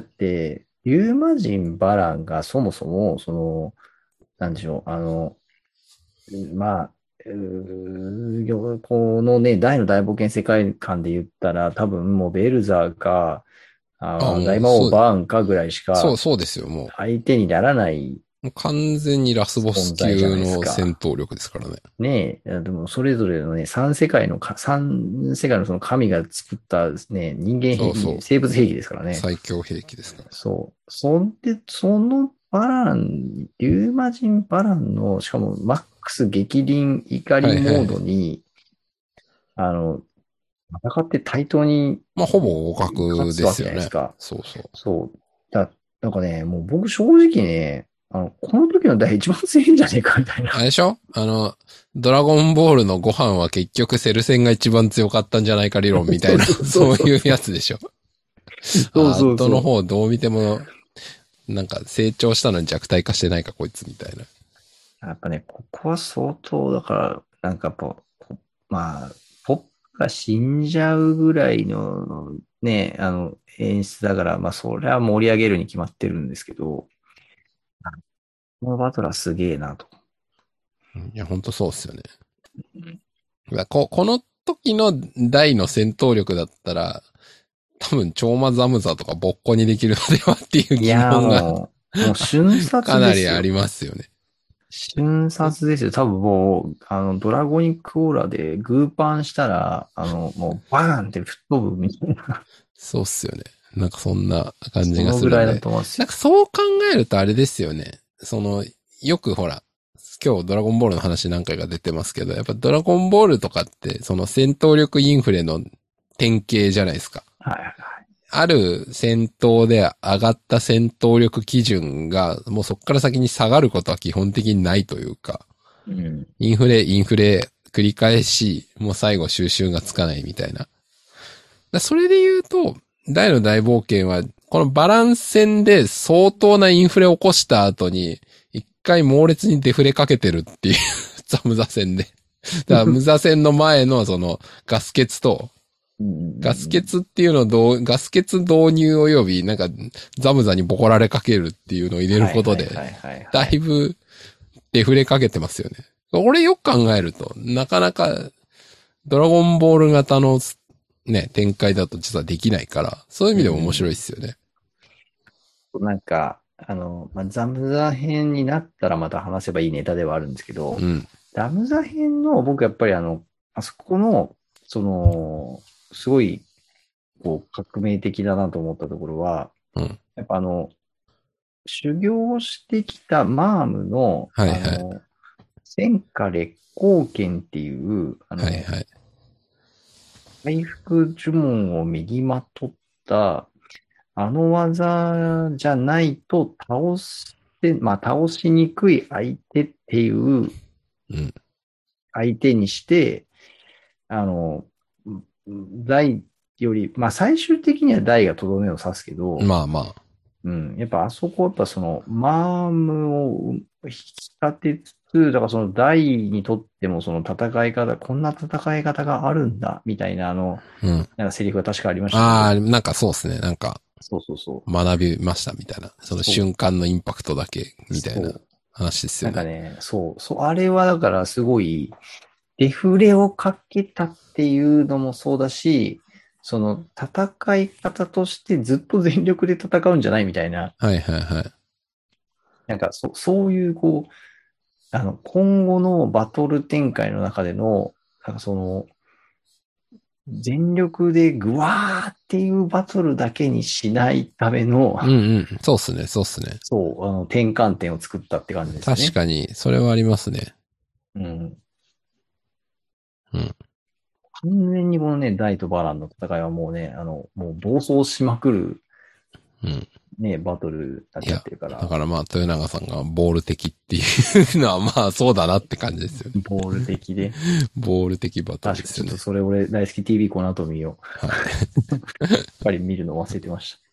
ユーマ人バランがそもそも、その、なんでしょう、あの、まあ、うーこのね、大の大冒険世界観で言ったら、多分もうベルザーか、 あ、 あ大魔王もうそう、 バーンかぐらいしそう、 かそうですよ、も相手にならないうもう完全にラスボス存在じゃないです級の戦か。 闘力ですからね。 ねえ、でもそれぞれのね、三世界のか、三世界のその神が作ったね、人間兵器、 そうそう。 生物兵器ですからね。 最強兵器ですから。 そう。そんで、そのバラン、リューマジンバランの、しかもマックス激鱗怒りモーはいはいはい。 ドに、あの、戦って対等にまあ、ほぼ互角勝つわけじですよね。 ゃないですか。 そうそう。 そう。だ、なんかね、もう僕正直ね、あの、この時の代一番強いんじゃねえかみたいな。 あれでしょあの、ドラゴンボールのご飯は結局セル戦が一番強かったんじゃないか理論みたいな、 そうそうそうそういうやつでしょ。 そうあそうそ後の方どう見ても、なんか成長したのに弱体化してないかこいつみたいな。 う。やっぱね、ここは相当、だから、なんかやっぱ、こまあ、ポップが死んじゃうぐらいのね、あの、演出だから、まあ、それは盛り上げるに決まってるんですけど、このバトラーすげえなと。 いや、ほんとそうっすよね。こ、この時の大の戦闘力だったら、多分、超魔ザムザとかボッコにできるのではっていう疑いやー問がもう、もう瞬か殺ですよ。 なりありますよね。 瞬殺ですよ。多分もう、あの、ドラゴニックオーラでグーパンしたら、あの、もうバーンって吹っ飛ぶみたいな、 そうっすよね。なんかそんな感じそがのぐらいだするんで。 と思うんですよ。 なんかそう考えるとあれですよね。その、よくほら、今日ドラゴンボールの話何回か出てますけど、やっぱドラゴンボールとかって、その戦闘力インフレの典型じゃないですか。 はいはい。 ある戦闘で上がった戦闘力基準が、もうそこから先に下がることは基本的にないというか、 うん。 インフレ、インフレ繰り返し、もう最後収集がつかないみたいな。だそれで言うと、大の大冒険は、このバランス戦で相当なインフレを起こした後に、一回猛烈にデフレかけてるっていうザムザ戦で。だからムザ戦の前のそのガス欠と、ガス欠っていうのをどう、ガス欠導入及び、なんか、ザムザにボコられかけるっていうのを入れることで、だいぶデフレかけてますよね。俺よく考えると、なかなか、ドラゴンボール型のね、展開だと実はできないから、そういう意味でも面白いですよね。 うん、なんか、あの、まあ、ザムザ編になったらまた話せばいいネタではあるんですけど、 うん。 ザムザ編の僕やっぱりあの、あそこの、その、すごい、こう、革命的だなと思ったところは、 うん。 やっぱあの、修行してきたマームの、 はいはい。 あの、戦火烈光剣っていう、あの、 はいはい。 回復呪文を身にまとった、あの技じゃないと倒して、まあ倒しにくい相手っていううん。 相手にして、あの、大より、まあ最終的には大がとどめを刺すけど、 まあまあ。 うん。やっぱあそこ、やっぱその、マームを引き立てつつ、だからその大にとってもその戦い方、こんな戦い方があるんだ、みたいなあの、 うん。 なんかセリフが確かありましたけああ、 ど、 なんかそうですね。なんか、 そうそうそう。 学びましたみたいな。そのそう瞬間のインパクトだけ、みたいなそう。 話ですよね。 なんかね、そう、そう、あれはだからすごい、デフレをかけたっていうのもそうだし、その戦い方としてずっと全力で戦うんじゃないみたいな、 はいはいはい。 なんかそ、そういうこう、あの、今後のバトル展開の中での、なんかその、全力でグワーっていうバトルだけにしないための、 うんうん。そうっすね、そうっすね。 そう、あの、転換点を作ったって感じですね。 確かに、それはありますね。 うん。 うん。 完全にこのね、ダイとバランの戦いはもうね、あの、もう暴走しまくるうん。 ね、バトルになっちゃってるから。 だからまあ、豊永さんがボール的っていうのはまあ、そうだなって感じですよね。 ボール的で。 ボール的バトルですよね。 確かにちょっとそれ俺大好き ティーブイ この後見よう。 はい。 やっぱり見るの忘れてました。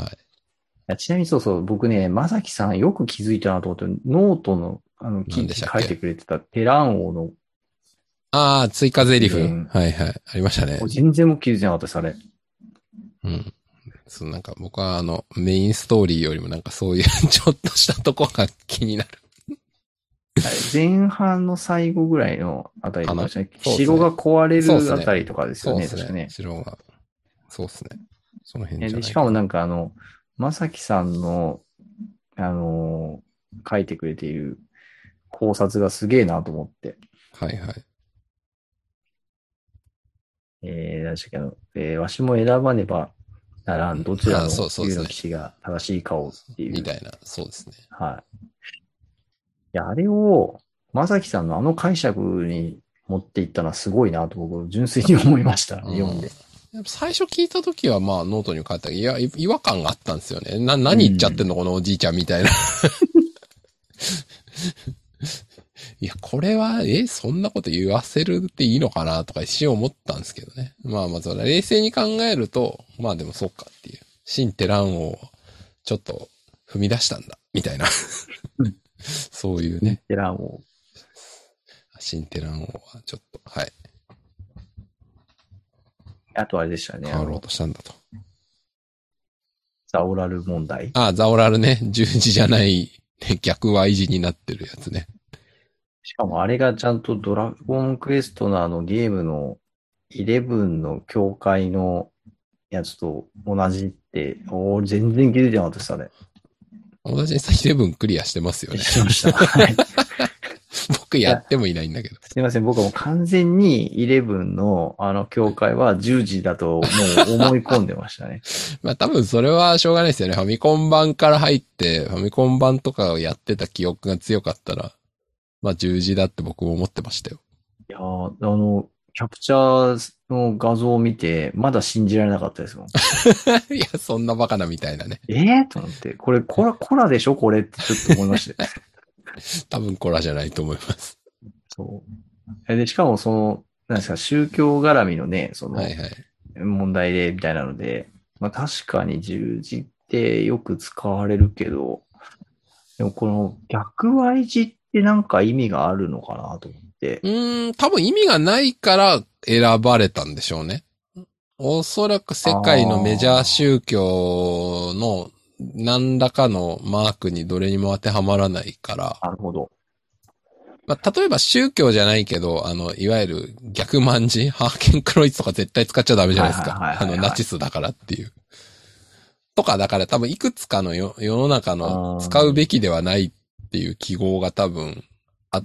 はい。 いやちなみにそうそう、僕ね、まさきさんよく気づいたなと思って、ノートの、あの、記事書いてくれてたテラン王の。 ああ、追加ゼリフ。はいはい。ありましたね。 全然も気づいてなかったです、あれ。 うん。そう、なんか僕はあの、メインストーリーよりもなんかそういうちょっとしたとこが気になる。 前半の最後ぐらいのあたりとかですね。 すね城が壊れるあたりとかですよね、 そうですね。 確かね。 城が。そうですね。その辺じゃないでしかもなんかあの、まさきさんの、あのー、書いてくれている考察がすげえなと思って。 はいはい。 えー、何でしたっけ、あの、えー、わしも選ばねばならん、どちらの竜の騎士が正しいかをっていう。 みたいな、そうですね。 はい。いや、あれを、まさきさんのあの解釈に持っていったのはすごいなと僕、純粋に思いました、読んで。 最初聞いたときはまあノートに書いたけど、いや、違和感があったんですよね。な、何言っちゃってんの、うん、このおじいちゃんみたいな。いや、これは、え、そんなこと言わせるっていいのかなとか一瞬思ったんですけどね。まあまあ、それ冷静に考えると、まあでもそうかっていう。シンテランをちょっと踏み出したんだ、みたいな。そういうね。 シンテラン王。 シンテラン王はちょっと、はい。 あとあれでしたね。 変わろうとしたんだと。 ザオラル問題。 ああ、ザオラルね。十字じゃない、ね、逆 Y 字になってるやつね。 しかもあれがちゃんとドラゴンクエストのあのゲームのじゅうの境界のやつと同じって、おー、全然気づいてなかったです、あれ。 同じにさじゅうクリアしてますよね。 してました。はい。 僕やってもいないんだけど。 すいません。僕はもう完全にじゅうのあの境界は十字だともう思い込んでましたね。 まあ多分それはしょうがないですよね。ファミコン版から入って、ファミコン版とかをやってた記憶が強かったら、まあ十字だって僕も思ってましたよ。 いやー、あの、キャプチャーの画像を見て、まだ信じられなかったですもん。 いや、そんなバカなみたいなね。 ええー、と思って、これ、コラ、コラでしょこれってちょっと思いました。 多分コラじゃないと思います。 そう。で、しかもその、なんですか、宗教絡みのね、その、 はいはい。 問題で、みたいなので、まあ確かに十字ってよく使われるけど、でもこの逆 Y 字ってなんか意味があるのかなと思って。 うーん、多分意味がないから選ばれたんでしょうね。おそらく世界のメジャー宗教の何らかのマークにどれにも当てはまらないから。 なるほど。 まあ、例えば宗教じゃないけど、あの、いわゆる逆万字ハーケンクロイツとか絶対使っちゃダメじゃないですか。あの、ナチスだからっていう。とか、だから多分いくつかの世の中の使うべきではないっていう記号が多分あって、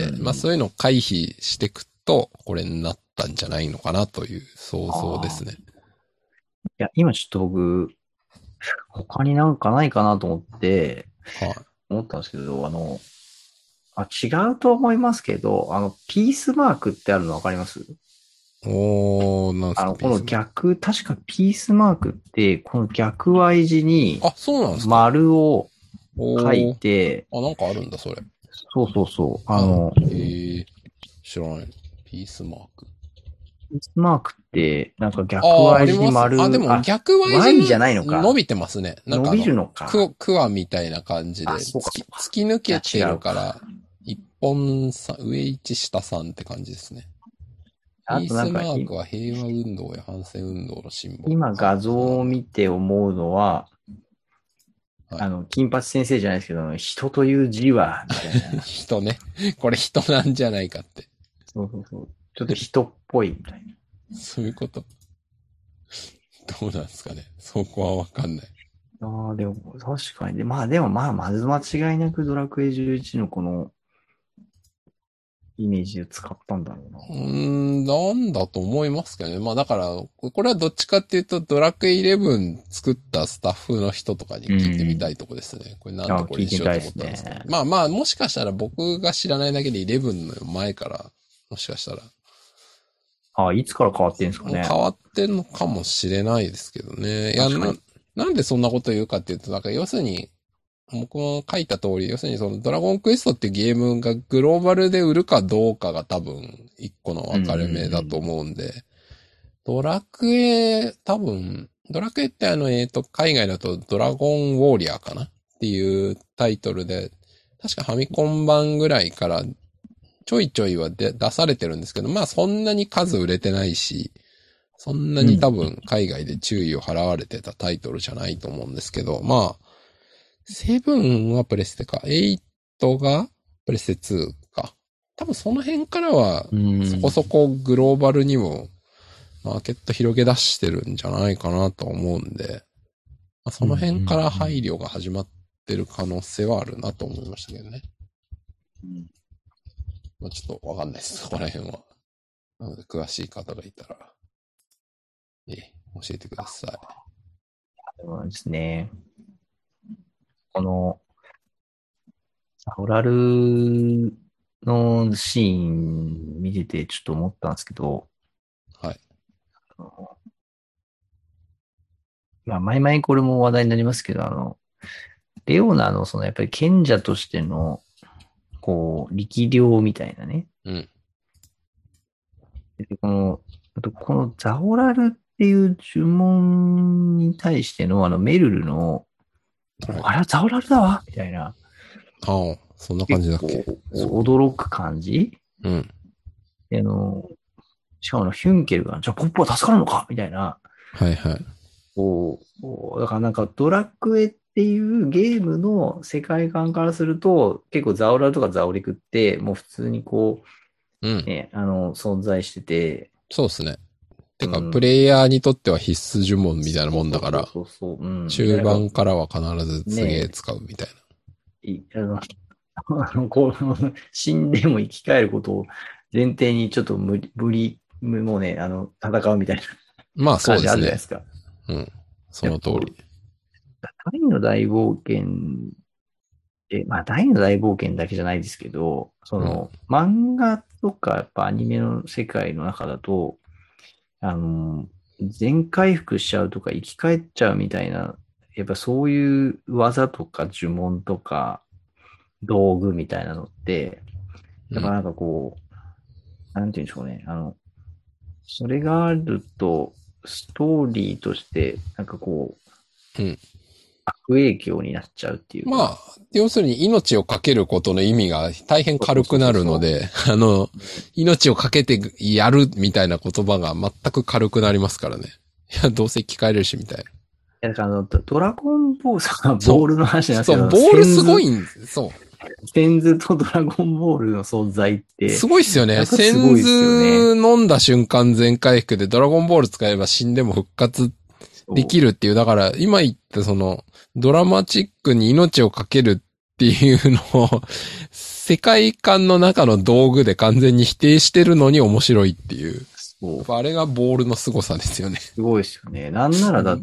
まあそういうのを回避していくと、これになったんじゃないのかなという想像ですね。 いや、今ちょっと僕、他になんかないかなと思って、はい、思ったんですけど、あの、あ、違うと思いますけど、あの、ピースマークってあるのわかります？ おー、なんすか？ あの、この逆、確かピースマークって、この逆 Y 字に、 あ、そうなんですか？ 丸を書いて、 あ、なんかあるんだ、それ。 そうそうそう。あの、 へー、知らない。ピースマーク。 ピースマークって、なんか逆 Y 字に丸、 あ、あ、でも逆 Y 字 Y じゃないのか。 伸びてますね。なんか伸びるのか。 ク、クワみたいな感じで、突き、突き抜けてるから、一本さ、上一下三って感じですね。ピースマークは平和運動や反戦運動のシンボル。 今画像を見て思うのは、はい、あの、金八先生じゃないですけど、人という字は、みたいな。 人ね。これ人なんじゃないかって。 そうそうそう。ちょっと人っぽいみたいな。 そういうこと。どうなんですかね。そこはわかんない。 ああ、でも確かに。で、まあでもまあ、まず間違いなくドラクエじゅういちのこの、イメージで使ったんだろうな。 うーん、なんだと思いますけどね。まあだから、これはどっちかっていうと、ドラクエイレブン作ったスタッフの人とかに聞いてみたいとこですね。これなんでこれにしようと思ったんですか、ね、まあまあ、もしかしたら僕が知らないだけでイレブンの前から、もしかしたら。 ああ、いつから変わってんですかね。 変わってんのかもしれないですけどね。いや、な、 なんでそんなこと言うかっていうと、なんか要するに、僕も書いた通り、要するにそのドラゴンクエストっていうゲームがグローバルで売るかどうかが多分一個の分かれ目だと思うんで、うんうんうん、ドラクエ、多分、ドラクエってあの、えっと、海外だとドラゴンウォーリアーかなっていうタイトルで、確かファミコン版ぐらいからちょいちょいはで出されてるんですけど、まあそんなに数売れてないし、そんなに多分海外で注意を払われてたタイトルじゃないと思うんですけど、まあ、セブンはプレステか、エイトがプレステツーか。多分その辺からは、そこそこグローバルにもマーケット広げ出してるんじゃないかなと思うんで、まあ、その辺から配慮が始まってる可能性はあるなと思いましたけどね。うんまあ、ちょっとわかんないです、そこら辺は。なので詳しい方がいたら、ええ、教えてください。 そうですね。この、ホラルのシーン見ててちょっと思ったんですけど、 はい。 まあ、前々これも話題になりますけど、あの、レオナのそのやっぱり賢者としての、こう、力量みたいなね。 うん。 でこの、あとこのザオラルっていう呪文に対してのあのメルルの、はい、あれはザオラルだわみたいな。 ああ、そんな感じだっけ。 驚く感じうん。 あの、しかもヒュンケルが、じゃあポップは助かるのかみたいな。 はいはい。 こう、だからなんかドラクエっていうゲームの世界観からすると、結構ザオラルとかザオリクってもう普通にこう、うん。 ね、あの、存在してて。 そうですね。てか、うん、プレイヤーにとっては必須呪文みたいなもんだから、 そうそうそうそう、うん、 中盤からは必ずすげえ使うみたいな。 ね、いあのあの、こう、死んでも生き返ることを前提にちょっと無理、無理、もうね、あの、戦うみたいな。 まあそうですね。 感じあるじゃないですか。 うん。その通り。 大の大冒険で、まあ大の大冒険だけじゃないですけど、その、うん、漫画とかやっぱアニメの世界の中だと、あの、全回復しちゃうとか生き返っちゃうみたいな、やっぱそういう技とか呪文とか道具みたいなのって、だからなんかこう、うん、なんて言うんでしょうね。あの、それがあると、ストーリーとして、なんかこう、うん。 悪影響になっちゃうっていうか。 まあ、要するに命をかけることの意味が大変軽くなるので、あの、命をかけてやるみたいな言葉が全く軽くなりますからね。いや、どうせ生き返れるしみたいな。いや、だからあの、ドラゴンボールさ、ボールの話なんですけど、 そう、ボールすごいんです。そう。 センズとドラゴンボールの存在って。 すごいっすよね。センズ飲んだ瞬間全回復でドラゴンボール使えば死んでも復活できるっていう。だから今言ったそのドラマチックに命をかけるっていうのを世界観の中の道具で完全に否定してるのに面白いっていう。あれがボールの凄さですよね。 すごいですよね。なんならだって、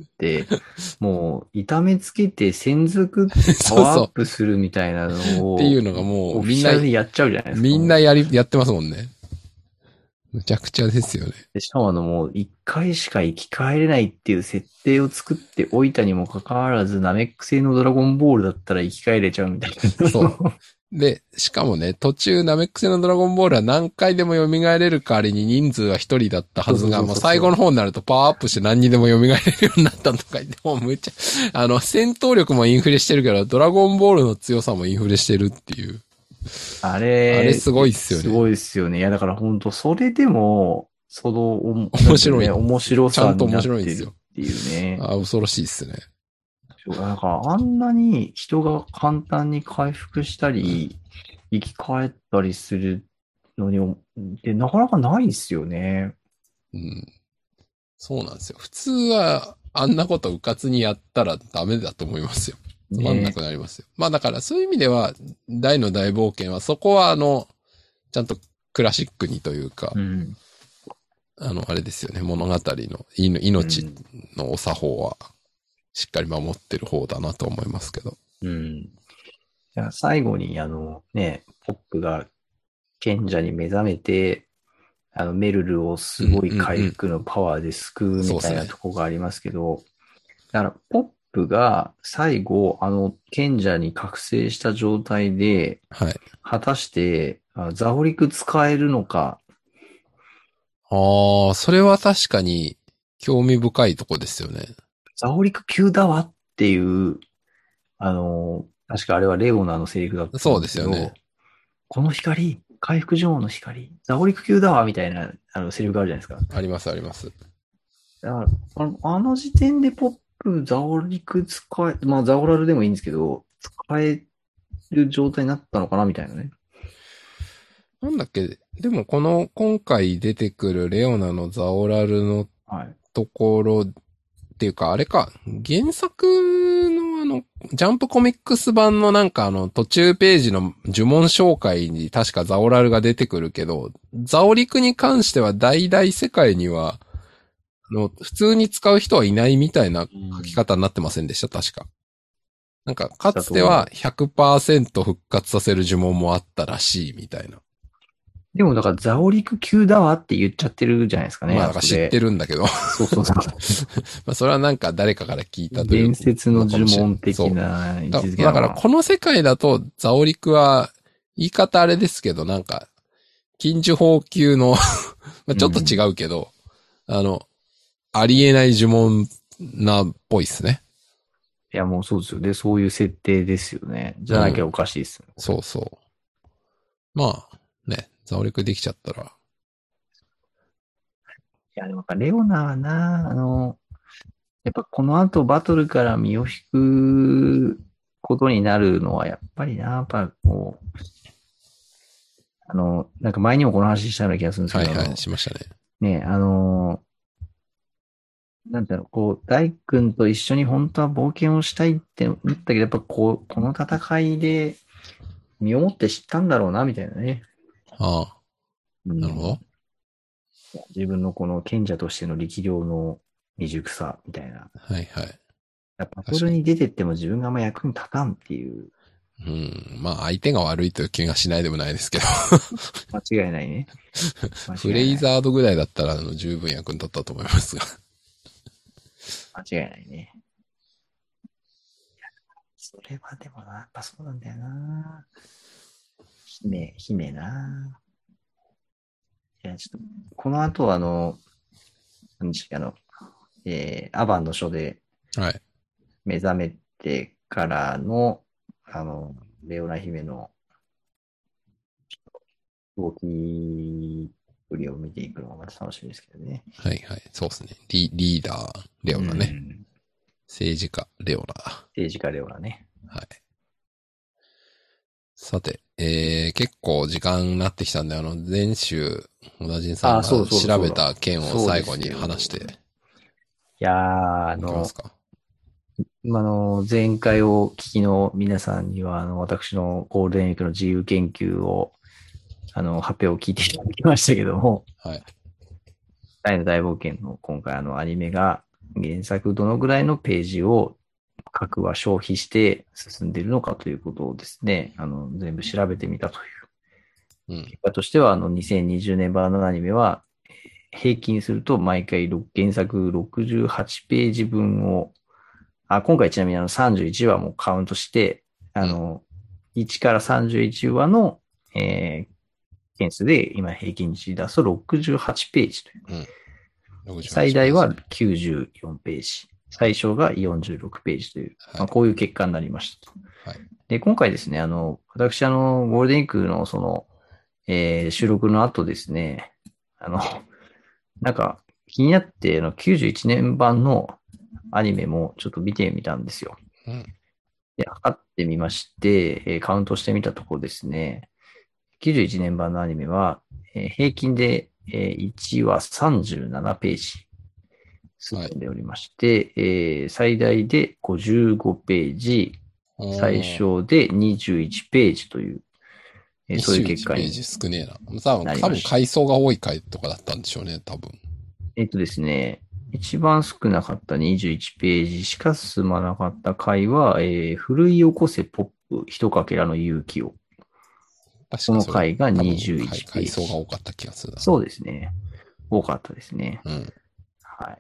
もう、痛めつけて、専属パワーアップするみたいなのを。 っていうのがもう、みんな、 やっちゃうじゃないですか。 みんなやり、やってますもんね。むちゃくちゃですよね。 でしかもあの、もう、一回しか生き返れないっていう設定を作っておいたにもかかわらず、ナメック星のドラゴンボールだったら生き返れちゃうみたいな。 そう。で、しかもね、途中ナメック星のドラゴンボールは何回でも蘇れる代わりに人数は一人だったはずが、もう最後の方になるとパワーアップして何にでも蘇れるようになったとか言って、もうむちゃ、あの、戦闘力もインフレしてるけど、ドラゴンボールの強さもインフレしてるっていう。 あれ、 あれすごいっすよね。 すごいっすよね。いや、だから本当それでも、その、 面白い、 ね。面白さになってるっていうね。 あ、恐ろしいっすね。 だからあんなに人が簡単に回復したり、生き返ったりするのに、で、なかなかないっすよね。 うん。そうなんですよ。普通は、あんなことうかつにやったらダメだと思いますよ。つまんなくなりますよ。ね、まあだからそういう意味では、大の大冒険は、そこはあの、ちゃんとクラシックにというか、うん、あの、あれですよね、物語の命のお作法は、しっかり守ってる方だなと思いますけど。 うん。じゃあ最後に、あのね、ポップが賢者に目覚めて、あの、メルルをすごい回復のパワーで救うみたいなとこがありますけど、だから、ポップが最後、あの、賢者に覚醒した状態で、 はい。 果たして、あザオリク使えるのか。 ああ、それは確かに興味深いとこですよね。 ザオリク級だわっていう、あの、確かあれはレオナのセリフだったとそう思うんですけど、 ですよね。 この光、回復呪文の光、ザオリク級だわみたいな、あの、セリフがあるじゃないですか。 ありますあります。 だからあの、あの時点でポップ、ザオリク使え、まあザオラルでもいいんですけど、使える状態になったのかなみたいなね。 なんだっけ、でもこの今回出てくるレオナのザオラルのはい。 ところっていうか、あれか、原作のあの、ジャンプコミックス版のなんかあの途中ページの呪文紹介に確かザオラルが出てくるけど、ザオリクに関しては大々世界には、あの、普通に使う人はいないみたいな書き方になってませんでした、確か。なんか、かつては ひゃくパーセント 復活させる呪文もあったらしいみたいな。 でもだからザオリク級だわって言っちゃってるじゃないですかね。 まあ、だから知ってるんだけど。 そうそうそう。 まあ、それはなんか誰かから聞いたという。 伝説の呪文的な位置づけだだからこの世界だとザオリクは言い方あれですけどなんか禁呪法級のまあちょっと違うけど、うん、あの、ありえない呪文なっぽいっすね。 いやもうそうですよね。そういう設定ですよね。じゃなきゃおかしいっす、ね、 うん、そうそう。まあね、ザオリクできちゃったら。いやでもやっぱレオナはな、あの、やっぱこの後バトルから身を引くことになるのはやっぱりな、やっぱこう、あの、なんか前にもこの話したような気がするんですけど、 はいはい、しましたね。 ね、あの、なんだろう、こう、大君と一緒に本当は冒険をしたいって思ったけど、やっぱこう、この戦いで身をもって知ったんだろうな、みたいなね。 ああ。 うん、 なるほど。 自分のこの賢者としての力量の未熟さ、みたいな。 はいはい。 やっぱバトルに出てっても自分があんま役に立たんっていう。 うん。まあ相手が悪いという気がしないでもないですけど。 間違いないね。間違いない。 フレイザードぐらいだったらあの十分役に立ったと思いますが。 間違いないね。それはでもな、やっぱそうなんだよな。姫、姫な。いや、ちょっと、この後はあの、何でしたっけ、あの、えー、アバンの書で、 はい。 目覚めてからの、あの、レオナ姫の動きぶりを見ていくのがまた楽しみですけどね。 はいはい。そうですね。リリーダー、レオナね。 うん、 政治家、レオナ。 政治家レオナね。 はい。さて、えー、結構時間になってきたんで、あの、前週、小田人さんが調べた件を最後に話して。いやー、あの、あの、前回を聞きの皆さんには、あの、私のゴールデンウィークの自由研究を、あの、発表を聞いていただきましたけども、 はい。 大の大冒険の今回あのアニメが原作どのぐらいのページを各話消費して進んでいるのかということをですね、あの、全部調べてみたという。うん、結果としては、あの、にせんにじゅうねん版のアニメは、平均すると毎回原作ろくじゅうはちページ分を、あ、今回ちなみにあのさんじゅういちわもカウントして、あの、うん、いちからさんじゅういちわの、えー、件数で今平均値出すとろくじゅうはちページという。うん最大はきゅうじゅうよんページ。最小がよんじゅうろくページという、はいまあ、こういう結果になりましたと。はい、で、今回ですね、あの、私、あの、ゴールデンウィークのその、えー、収録の後ですね、あの、なんか気になって、あの、きゅうじゅういちねん版のアニメもちょっと見てみたんですよ。うん、で、測ってみまして、えー、カウントしてみたところですね、きゅうじゅういちねん版のアニメは、えー、平均でいちわさんじゅうななページ進んでおりまして、はいえー、最大でごじゅうごページ、最小でにじゅういちページという、えー、そういう結果になりました。 にじゅういちページ少ねえな。多分、多分階層が多い回とかだったんでしょうね、多分。 えっとですね、一番少なかったにじゅういちページしか進まなかった回は、えー、奮い起こせポップ、一かけらの勇気を。その回がにじゅういちページ。 階層が多かった気がするな。 そうですね。多かったですね。 うん。 はい。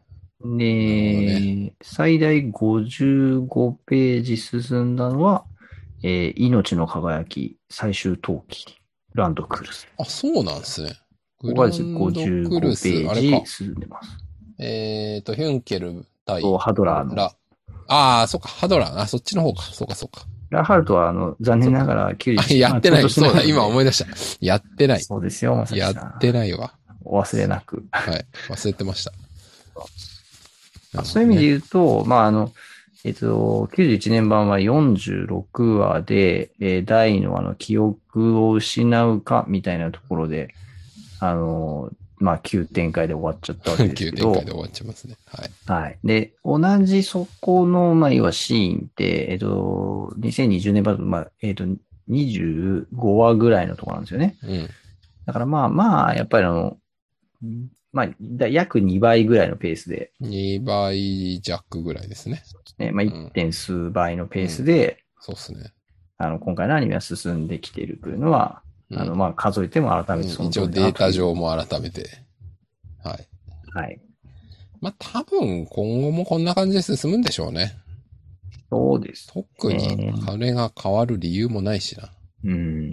で、最大ごじゅうごページ進んだのは、えー命の輝き、最終冬季、グランドクルス。 あ、そうなんですね。グここはですね、 ランドクルごじゅうごペス、 ーあれか。 ジ進んでます。 えっと、ヒュンケル対とハドラーの。 ラ。ああ、そっか、ハドラー。あ、そっちの方か。そうか、そうか。 ラハルトは、あの、残念ながらあ、やってない。そうだ、今思い出した。やってない。 そうですよ、まさきさん。 やってないわ。 お忘れなく。 はい。忘れてました。 ね、そういう意味で言うと、まあ、あの、えっと、きゅうじゅういちねん版はよんじゅうろくわで、えー、大のあの、記憶を失うか、みたいなところで、あの、まあ、急展開で終わっちゃったわけですけど。 急展開で終わっちゃいますね。はい。 はい。で、同じそこの、まあ、要はシーンって、えっと、にせんにじゅうねん版まあ、えっと、にじゅうごわぐらいのところなんですよね。 うん。 だからまあまあ、やっぱりあの、まあ、約にばいぐらいのペースで。 にばい弱ぐらいですね。 そうですね。まあ、いってん数倍のペースで、うん、 そうですね。 あの、今回のアニメは進んできているというのは、うん、あの、まあ、数えても改めてその通りだなと、うん、一応データ上も改めて。はい。 はい。 まあ、多分今後もこんな感じで進むんでしょうね。 そうです、 ね。特に、これが変わる理由もないしな。 うん。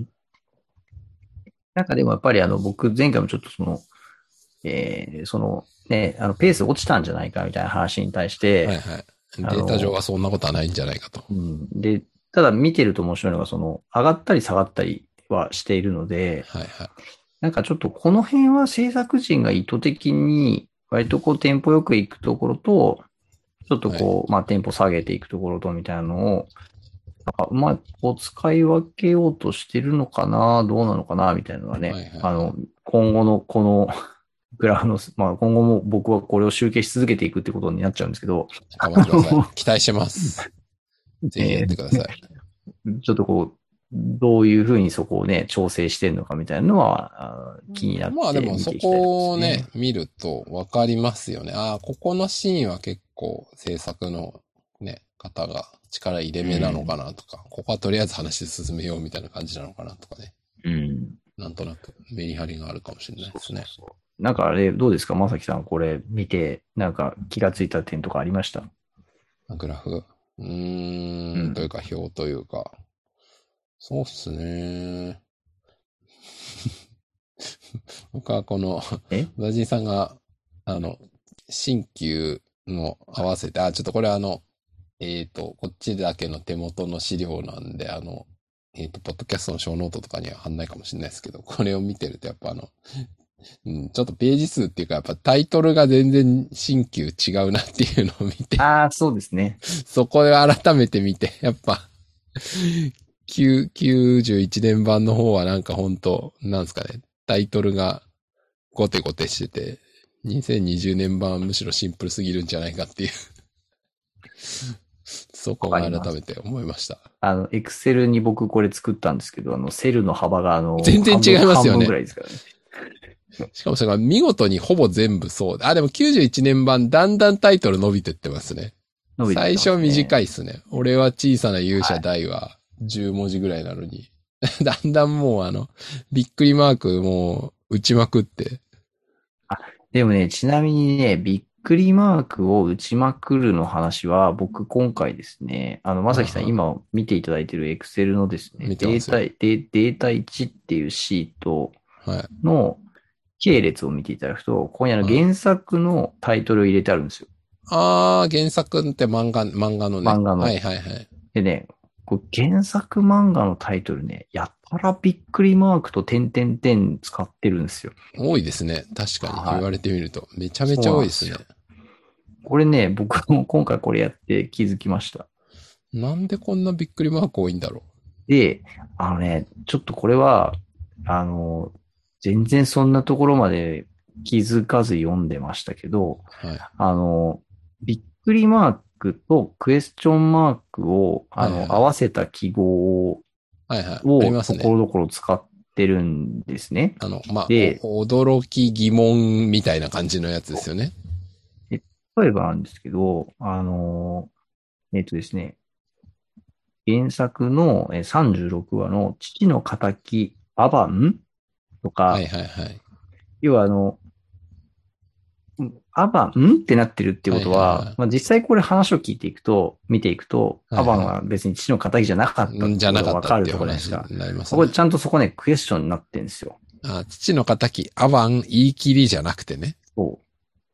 なんかでもやっぱりあの、僕前回もちょっとその、えー、そのね、あの、ペース落ちたんじゃないかみたいな話に対して、 はいはい。データ上はそんなことはないんじゃないかと。 うん。で、ただ見てると面白いのが、その、上がったり下がったりはしているので、 はいはい。 なんかちょっとこの辺は制作陣が意図的に、割とこうテンポよく行くところと、ちょっとこう、はい、まあテンポ下げていくところとみたいなのを、まあ、こう使い分けようとしてるのかな、どうなのかな、みたいなのはね、はいはいはい、あの、今後のこのグラフの、まあ今後も僕はこれを集計し続けていくってことになっちゃうんですけど。 頑張ってください。期待してます。ぜひやってください。 えー、ちょっとこう、どういうふうにそこをね、調整してるのかみたいなのは気になって見ていきたいですね。 まあでもそこをね、見るとわかりますよね。ああ、ここのシーンは結構制作のね、方が力入れ目なのかなとか、うん、ここはとりあえず話進めようみたいな感じなのかなとかね。 うん。 なんとなくメリハリがあるかもしれないですね。そうそうそう、 なんかあれ、どうですかまさきさん、これ見て、なんか気がついた点とかありました？ グラフうーん、うん、というか表というか。そうっすね。僕はこの、宇田人さんが、あの、新旧の合わせて、あ、ちょっとこれあの、えっと、こっちだけの手元の資料なんで、あの、えっと、ポッドキャストの小ノートとかには貼んないかもしれないですけど、これを見てるとやっぱあの、うん、ちょっとページ数っていうか、やっぱタイトルが全然新旧違うなっていうのを見て。 ああ、そうですね。 そこで改めて見て、やっぱ、きゅうじゅういちねん版の方はなんか本当なんですかね、タイトルがゴテゴテしてて、にせんにじゅうねん版はむしろシンプルすぎるんじゃないかっていうそこが改めて思いました。 あの、エクセルに僕これ作ったんですけど、あの、セルの幅があの、 全然違いますよね。 半分ぐらいですからね。 しかもそれが見事にほぼ全部そう。あ、でもきゅうじゅういちねん版だんだんタイトル伸びてってますね。伸びてってますね。最初短いっすね。俺は小さな勇者大はじゅうもじぐらいなのに。はい、だんだんもうあの、びっくりマークもう打ちまくって。 あ、でもね、ちなみにね、びっくりマークを打ちまくるの話は、僕今回ですね、あの、まさきさん今見ていただいている Excel のですね、データ、データいちっていうシートの系列を見ていただくと、ここにあの原作のタイトルを入れてあるんですよ。 ああ、原作って漫画、漫画のね。 漫画の。 はいはいはい。 でね、これ原作漫画のタイトルね、やたらびっくりマークと点々点使ってるんですよ。 多いですね。確かに言われてみると。はい、めちゃめちゃ多いですね。 これね、僕も今回これやって気づきました。 なんでこんなびっくりマーク多いんだろう。で、あのね、ちょっとこれは、あの、全然そんなところまで気づかず読んでましたけど、 はい、 あの、びっくりマークとクエスチョンマークを、あの、はいはい、合わせた記号を、 はいはい。 を、ところどころ使ってるんですね。 あの、まあ、で、驚き疑問みたいな感じのやつですよね。 例えばなんですけど、あの、えっとですね、原作のさんじゅうろくわの父の仇アバンとか、 はいはいはい。 要はあの、 アバン、んってなってるってことは、 はいはいはい、 まあ実際これ話を聞いていくと、見ていくと、 はいはいアバンは別に父の仇じゃなかったってことじゃなかがわかるったっていうところじゃないですか。 話になりますこれね。 ちゃんとそこね、クエスチョンになってるんですよ。 あ、父の仇、アバン、言い切りじゃなくてね。 そう。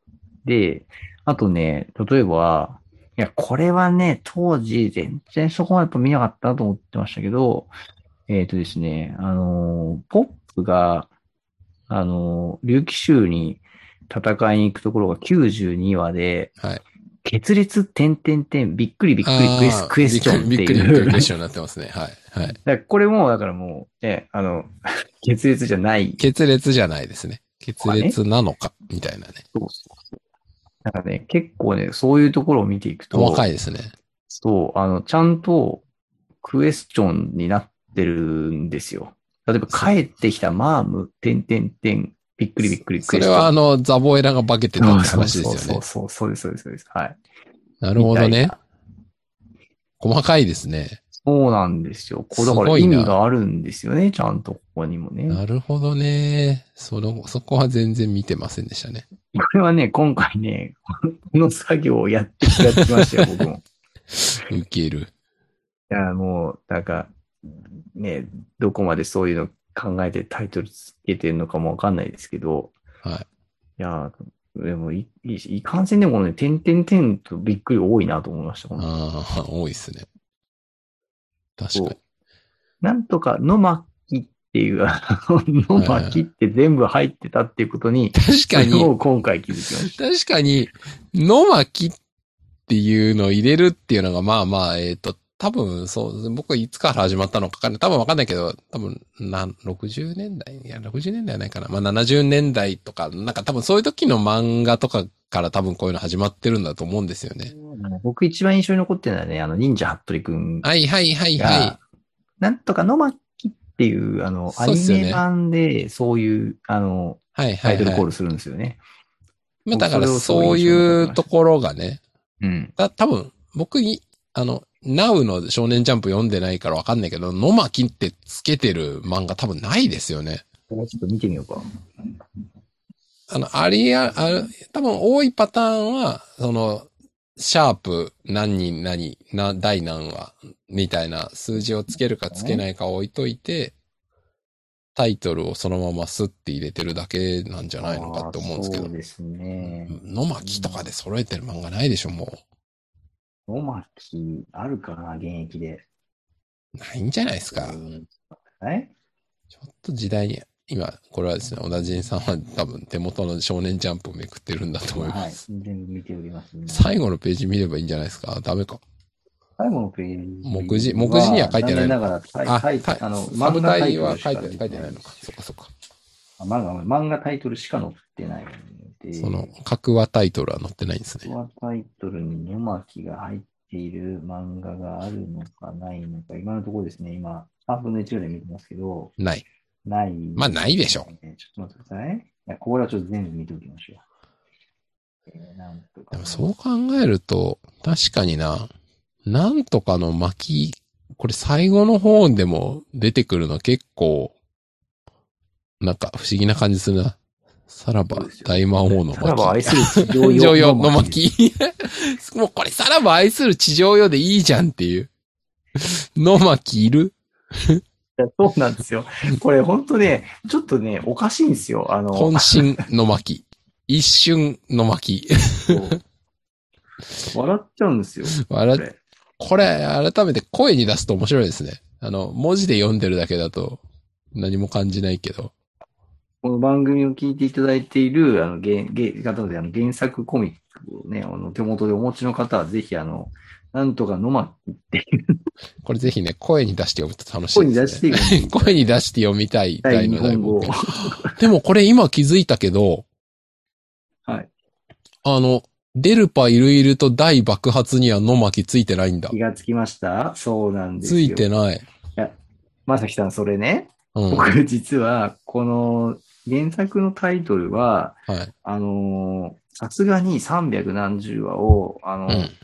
で、あとね、例えば、いや、これはね、当時全然そこまでやっぱ見なかったなと思ってましたけど、えっとですね、あのー、ポップが、あのー、竜騎衆に戦いに行くところがきゅうじゅうにわで、 はい。 決裂点点点、びっくりびっくりクエスああ、 クエスチョンってびっくりびっくりびっくりいう。 クエスチョンになってますね。はい。はい。 だからこれも、だからもう、ね、あの、決裂じゃない。 決裂じゃないですね。決ね、 裂なのか、みたいなね。 そうそうそう。だからね、結構ね、そういうところを見ていくと、 細かいですね。 そう、あの、ちゃんとクエスチョンになってるんですよ。例えば、帰ってきたマーム、点点点、びっくりびっくりクそれエスチョン。 はあの、ザボエラが化けてたって話ですよね。 そうそうそう、そうです、そうです、そうです。はい。 なるほどね。細かいですね。 そうなんですよ。こう、だから意味があるんですよね。ちゃんとここにもね。 なるほどね。その、そこは全然見てませんでしたね。 これはね、今回ね、この作業をやってやってきましたよ、僕も。 ウケる。 いや、もう、なんか、ね、どこまでそういうの考えてタイトルつけてるのかもわかんないですけど。 はい。 いや、でもい、いい、いかんせんでもね、点々点とびっくり多いなと思いました。 ああ、多いですね。確かに。 なんとか、の巻っていう、の巻って全部入ってたっていうことに、 確かに。 もう今回気づきました。 確かに、の巻っていうのを入れるっていうのが、まあまあ、えっと、多分、そう、僕はいつから始まったのかかんない。多分わかんないけど、多分、な、ろくじゅうねんだいいや、ろくじゅうねんだいはないかな。まあ、ななじゅうねんだいとか、なんか多分そういう時の漫画とかから多分こういうの始まってるんだと思うんですよね。 僕一番印象に残ってるのはね、あの、忍者ハットリくん。 はいはいはいはい。 なんとかの巻っていう、あの、アニメ版で、そういう、あの、 はいはいはい。 タイトルコールするんですよね。 まあだからそういうところがね。 うん。 た、多分、僕に、あの、ナウの少年ジャンプ読んでないからわかんないけど、のまきってつけてる漫画多分ないですよね。 ちょっと見てみようか。 あの、ありや、ある、多分多いパターンは、その、シャープ何人何、な、第何話、みたいな数字をつけるかつけないか置いといて、タイトルをそのままスッて入れてるだけなんじゃないのかって思うんですけど。 そうですね。 のまきとかで揃えてる漫画ないでしょ、もう。のまき、あるかな、現役で。 ないんじゃないですか。 えちょっと時代に、今、これはですね、小田人さんは多分手元の少年ジャンプをめくってるんだと思います。 はい、全部見ております、ね。 最後のページ見ればいいんじゃないですか。ダメか。 最後のページ。 目次、目次には書いてないのか。 あ、あの、 サブタイは書いて、書いてないのか。そっかそっか。 漫画、漫画タイトルしか載ってないので。 その、各話タイトルは載ってないんですね。 各話タイトルにのまきが入っている漫画があるのかないのか、今のところですね、今、さんぶんのいちぐらい見てますけど。 ない。 ない。 まあ、ないでしょ。 ちょっと待ってください。いや、これはちょっと全部見ておきましょう。えー、なんとか。 でもそう考えると、確かにな、なんとかの巻、これ最後の方でも出てくるの結構、なんか不思議な感じするな。さらば大魔王の巻。 さらば愛する地上地上用の巻。もうこれさらば愛する地上用でいいじゃんっていう。の巻いるいやそうなんですよ。これ本当ね、ちょっとね、おかしいんですよ。あの、 渾身の巻。一瞬の巻。 笑っちゃうんですよ。 笑っ、これ改めて声に出すと面白いですね。あの、文字で読んでるだけだと何も感じないけど。 この番組を聞いていただいている、あの、原、原、方であの原作コミックをね、あの、手元でお持ちの方はぜひあの、なんとかのまっていう。 これぜひね、声に出して読むと楽しいですね。声に出して読みたい。声に出して読みたい。大の大冒険。でもこれ今気づいたけど、 はい。 あの、デルパいるいると大爆発にはの巻ついてないんだ。 気がつきましたそうなんですよ。 ついてない。いや、まさきさんそれね、 うん、 僕実は、この原作のタイトルは、 はい、 あの、さすがにさんびゃくなんじゅうわを、あの、うん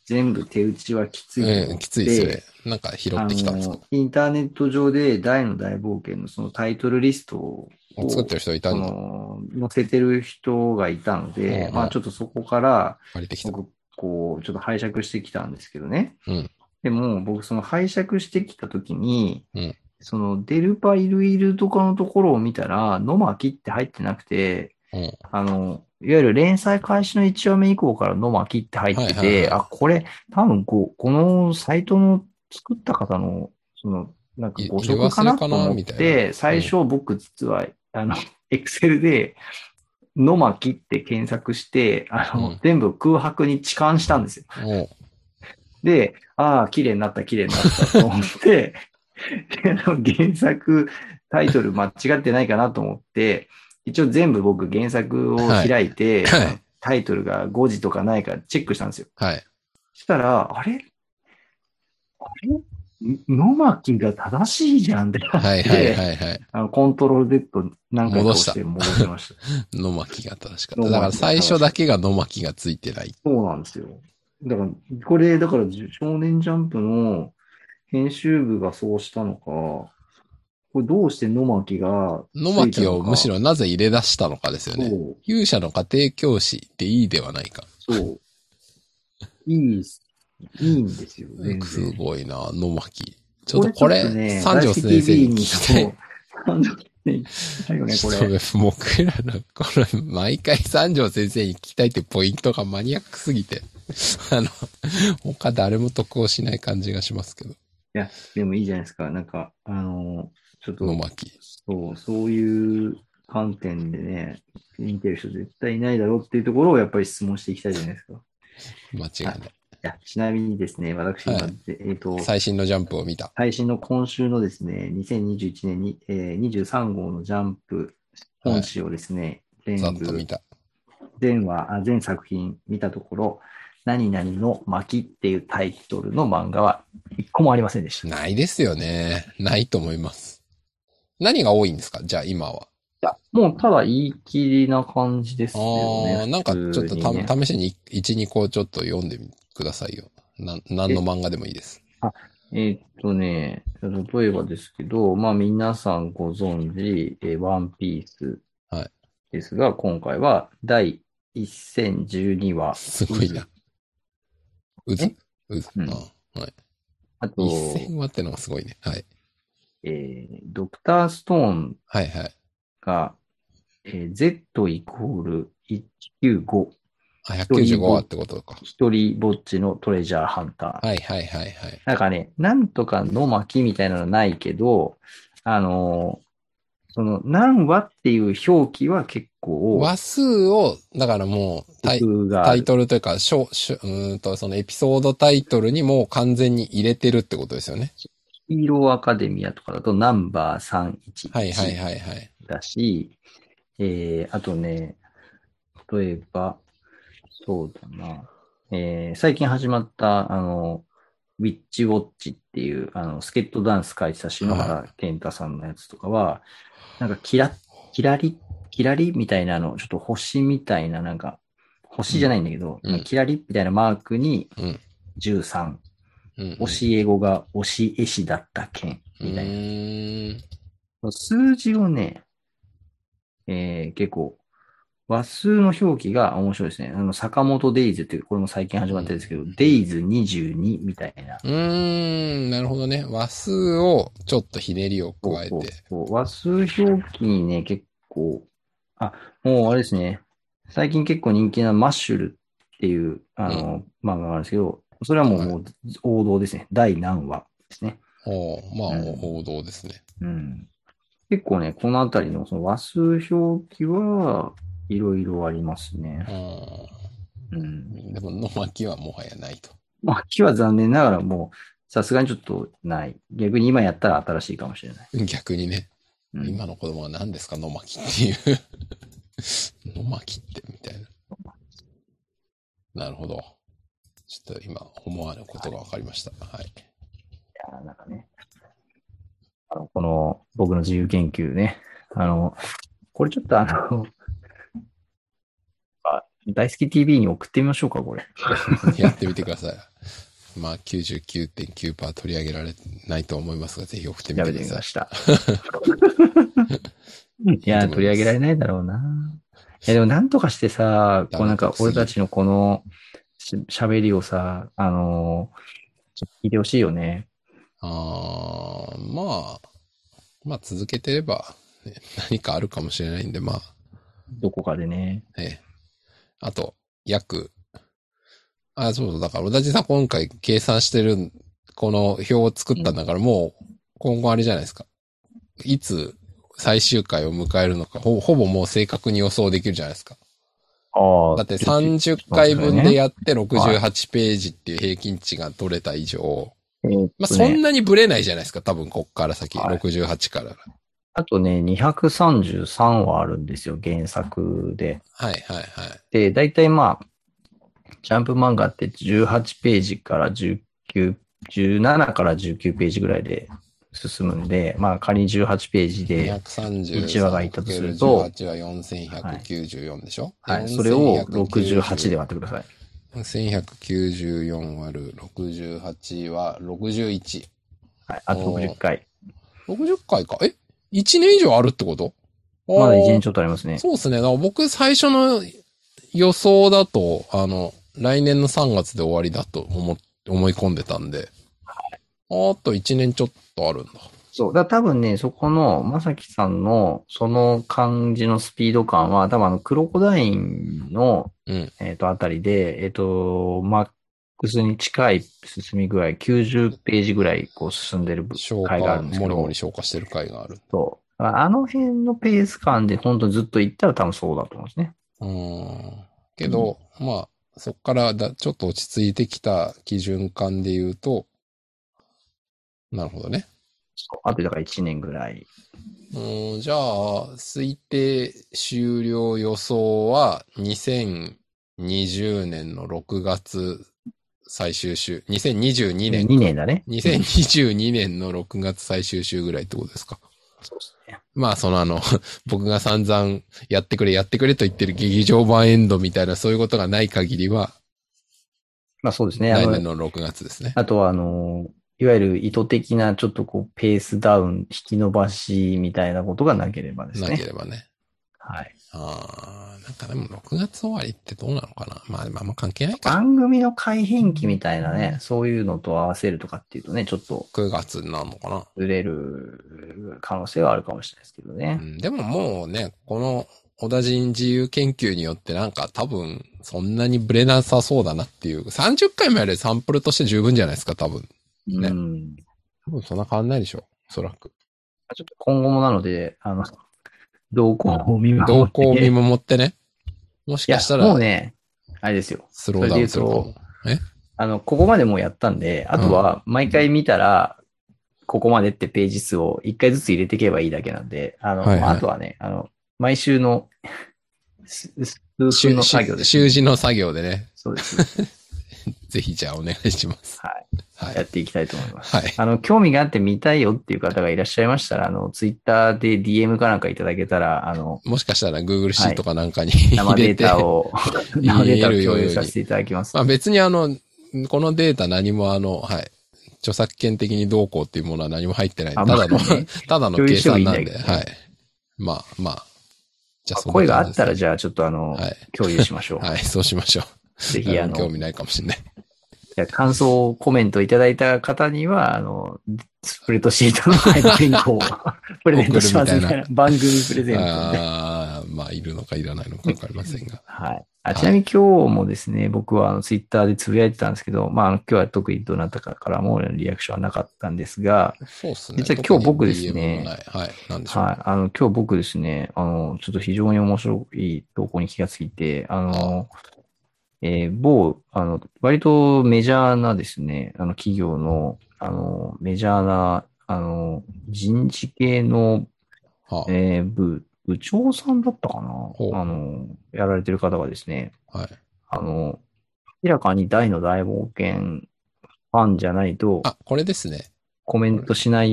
全部手打ちはきついとええ、 思っきついですよて、 ね。なんか拾っあてきたんですか？ の、インターネット上で大の大冒険のそのタイトルリストを、 お作ってる人いたそんだ。 の、載せてる人がいたのうんで、まあうん。 ちょっとそこから、 借りてきた。 僕、こう、ちょっと拝借してきたんですけどね。 うん。 でも、僕、その拝借してきたときに、 うん。 そのデルパイルイルとかのところを見たら、ノマキって入ってなくて、 うん。 あの、いわゆる連載開始のいちわめ以降からノマキって入っはいてて、あ、 はいはこれ、多分こう、このサイトの作った方の、その、なんかい。い誤入れ植かな忘れかと思っなみたいな。 て、 うん。 最初僕実は、あの、エクセルで、ノマキって検索して、あの、 うん。 全部空白に置換したんですよ。 おう。 で、ああ、綺麗になった、綺麗になったと思って、であの原作タイトル間違ってないかなと思って、一応全部僕原作をはい。 開いて、あのはい。 タイトルが誤字とかないかチェックしたんですよ。 はい。 そしたら、あれあれ野巻が正しいじゃんってなっはいはいて、 はいはい。 あの、コントロール Z 何回か戻した。 押して戻せました。 野巻が正しかった。 野だから巻が正しかった。 最初だけが野巻がついてない。 そうなんですよ。だから、これ、だから、少年ジャンプの編集部がそうしたのか、これどうして野巻が野ついた巻をむしのか。 ろなぜ入れ出したのかですよね。 そう、 勇者の家庭教師でいいではないか。 そう、いい、いいんですよ、全す然。 ごいな、野巻。ちょっこれちょっととこれ、 ね、 三条大好き先生ティーブイに聞に、 きたい。 そう、三条先生に聞きたいよね、これ。 ちょっと僕らの、これ、毎回三条先生に聞きたいってポイントがマニアックすぎて、あの、他誰も得をしない感じがしますけど。 いや、でもいいじゃないですか。なんか、あの、ちょっと、 野巻。 そう、そういう観点でね、見てる人絶対いないだろうっていうところをやっぱり質問していきたいじゃないですか。 間違いはい。いない。 や、ちなみにですね、私今、 はい。 えっと、 最新のジャンプを見た。 最新の今週のですね、にせんにじゅういちねんに、えー、にじゅうさん号のジャンプはい。 本誌をですね、 ざ全部、 っと見た。 全話、あ全作品見たところ、何々の巻っていうタイトルの漫画は一個もありませんでした。いないですよね。ないと思います。何が多いんですかじゃあ今は。 や、もうただ言い切りな感じですよね、 あー、なんかちょっと普通にね。 た、試しにいち、にこちょっと読んでみくださいよ。な、何のえ、 漫画でもいいです。 あ、えーっとね、例えばですけど、まあ皆さんご存知、えーワンピースはい。 ですが、今回は第せんじゅうにわ、渦。 すごいな。渦え渦。 うん。 あ、はい。 あ一と、 戦はってのがすごいね。はい。 えードクターストーンはいはい。 が、えー Z イコールいちきゅうご。 あ、 一人ひゃくきゅうじゅうごぼっ、 話ってことか。 一人ぼっちのトレジャーハンター。 はいはいはいはい。 なんかね、なんとかの巻みたいなのないけど、あのーその何話っていう表記は結構、 話数を、だからもうタイ、 工夫がある。 タイトルというか、しょ、しょ、うーんと、そのエピソードタイトルにもう完全に入れてるってことですよね。 ヒーローアカデミアとかだとナンバーさんいちはいはいいちはいはい。 だし、えー、あとね、例えば、そうだな、えー、最近始まった、あの、ウィッチウォッチっていう、あの、スケットダンス書いてた篠は原健太さんのやつとかは、なんかキラ、キラリ、キラリみたいなの、ちょっと星みたいな、なんか、星じゃないんだけど、 うんうんキラリみたいなマークにい。うん。 じゅうさん、 うん、うん。 教え子が教え師だった件うみたいーん。 な。数字をね、えー結構、話数の表記が面白いですね。あの、坂本デイズっていう、これも最近始まったんですけど、 うんデイズにじゅうにみたいな。 うーん、なるほどね。話数をちょっとひねりをそうそう加えて。 そう話数表記にね、結構、あ、もうあれですね。最近結構人気なマッシュルっていう、あうん。 の、漫画があるんですけど、それはもう、 はい。 もう王道ですね。第何話ですね。 おーまあ、 うん。 王道ですね。 うん。結構ね、このあたりのその話数表記はいろいろありますね。 ううん。 ん。でも、の巻はもはやないと。 まあ、木は残念ながらもう、さすがにちょっとない。逆に今やったら新しいかもしれない。 逆にね。 うん。 今の子供は何ですか野巻っていう野巻って、みたいな。なるほど。ちょっと今思わぬことが分かりました。はい。 いや、なんかね、あの、この僕の自由研究ね。あの、これちょっとあの、あ大好き ティーブイ に送ってみましょうか、これ。 やってみてください。まあ、きゅうじゅうきゅうてんきゅうパーセント 取り上げられないと思いますが、ぜひ送ってみ調てください。 べてみました。いいいとや、取り上げられ思います。 ないだろうな。いや、でもなんとかしてさ、こうなんかダメかすぎる。 俺たちのこのし喋りをさ、あのーちょっと聞いてほしいよね。 あー、まあ、まあ続けてれば、ね、何かあるかもしれないんで、まあ、 どこかでね。 ええ。あと、約、あ、そうそう、だから、小田地さん今回計算してる、この表を作ったんだから、もう、今後あれじゃないですか。いつ最終回を迎えるのか、ほほぼもう正確に予想できるじゃないですか。 ああ、 だってちょっとさんじゅっかいぶんでやってはいろくじゅうはちページっていう平均値が取れた以上、 えーっまあ、 とね、 そんなにブレないじゃないですか。多分、こっから先、 はい。 ろくじゅうはちから。 あとね、にひゃくさんじゅうさんわあるんですよ、原作で。 はいはいはい。 で、だいたいまあ、ジャンプ漫画ってじゅうはちページからじゅうきゅう、じゅうななからじゅうきゅうページぐらいで進むんで、まあ仮にじゅうはちページでいちわがいたとすると、 にひゃくさんじゅうさんかけるじゅうはちはよんせんひゃくきゅうじゅうよんでしょ、 はい、それをろくじゅうはちで割ってください。 せんひゃくきゅうじゅうよん割るろくじゅうはちはろくじゅういち。 はい、あとろくじゅっかい。 ろくじゅっかいか。え ?いち 年以上あるってこと？ まだいちねんちょっとありますね。 そうですね。だから僕最初の予想だと、あの、来年のさんがつで終わりだと思、思い込んでたんで。あといちねんちょっとあるんだ。 そう。だから多分ね、そこの、まさきさんの、その感じのスピード感は、多分あの、クロコダインの、 うん。 えっと、あたりで、えっと、マックスに近い進み具合、きゅうじゅうページぐらい、こう、進んでる消化、 回があるんですけど、 もりもり消化してる回がある。 そう。あの辺のペース感で、本当ずっと行ったら多分そうだと思うんですね。 うーん。けど、うん、まあ、そっからだ、ちょっと落ち着いてきた基準感で言うと、なるほどね。 そう。あと、だからいちねんぐらい。 うん、じゃあ、推定終了予想はにせんにじゅうねんのろくがつ最終週、にせんにじゅうにねんか。 にねんだね。 にせんにじゅうにねんのろくがつ最終週ぐらいってことですか。 そうですね。 まあ、そのあの、僕が散々やってくれ、やってくれと言ってる劇場版エンドみたいなそういうことがない限りは、 まあそうですね。あの、 来年のろくがつですね。 あとは、あの、いわゆる意図的なちょっとこう、ペースダウン、引き伸ばしみたいなことがなければですなけね。 ればね。 はい。 ああ、なんかでもろくがつ終わりってどうなのかな。まあ、まあんま関係ないか。 番組の改編期みたいなね、そういうのと合わせるとかっていうとね、ちょっとくがつになるのかな。 ずれる可能性はあるかもしれないですけどね。 うん、でももうね、この小田人自由研究によってなんか多分そんなにブレなさそうだなっていう。さんじゅっかいもやれサンプルとして十分じゃないですか、多分。ね。 うん。 多分そんな変わんないでしょ。おそらく。 ちょっと今後もなので、あの、動向を見守動って。 向を見守ってね。もしいや、 かしたら、 もうね、あれですよ。 スローダウンするかも。 それで言うえと、あの、ここまでもうやったんで、あとは毎回見たら、ここまでってページ数を一回ずつ入れていけばいいだけなんで、あの、 はいはいまあ、あとはね、あの、毎週のす数分の作業です、ね。 習字の作業でね。 そうです。 ぜひじゃあお願いします。 はい。 はい。 やっていきたいと思います。 はい。 あの、興味があって見たいよっていう方がいらっしゃいましたら、あの、ツイッターで ディーエム かなんかいただけたら、あの、 もしかしたら Google シートかなんかに、 生入れて、 データを、生データを共有させていただきます。 まあ別にあの、このデータ何もあの、はい。著作権的にどうこうっていうものは何も入ってない。ただの、ね、ただの計算なんで、はい。まあまあ。 じゃあ声があったら、じゃあちょっとあの、はい、共有しましょう。 はい、そうしましょう。 ぜひあの、 興味ないかもしれない。 じゃあ感想コメントいただいた方には、あの、スプレッドシートの配布リンクをプレゼントしますみたいな。番組プレゼントで。 ああ、まあ、いるのかいらないのかわかりませんが。 はい。あちなみに今日もですね、はい、僕はあのツイッターでつぶやいてたんですけど、まあ、今日は特にどなたかからもリアクションはなかったんですが、 そうですね。 実は今日僕ですね、 はい。なんでしょう。 はい。あの、今日僕ですね、あの、ちょっと非常に面白い投稿に気がついて、あの、あえー、某、あの、割とメジャーなですね、あの、企業の、あの、メジャーな、あの、人事系の、はあ、えー、部、部長さんだったかなあの、やられてる方がですね、 はい。 あの、明らかに大の大冒険ファンじゃないと、 あ、これですね。 コメントしないような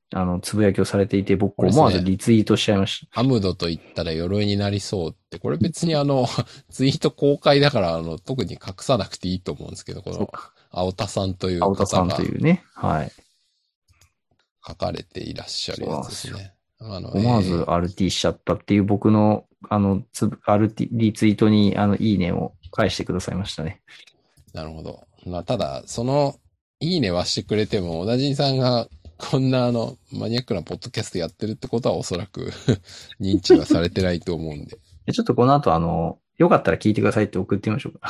あの、つぶやきをされていて、僕思わずリツイートしちゃいました。 アムドと言ったら鎧になりそうって、これ別にあの、ツイート公開だから、あの、特に隠さなくていいと思うんですけど、この、青田さんという方が。 青田さんというね。はい。 書かれていらっしゃるやつですね。 あの、思わず アールティー しちゃったっていう僕の、あの、つ アールティー、リツイートに、あの、いいねを返してくださいましたね。 なるほど。まあ、ただ、その、いいねはしてくれても、小田人さんが、こんなあの、マニアックなポッドキャストやってるってことはおそらく認知はされてないと思うんで。 ちょっとこの後あの、よかったら聞いてくださいって送ってみましょうか。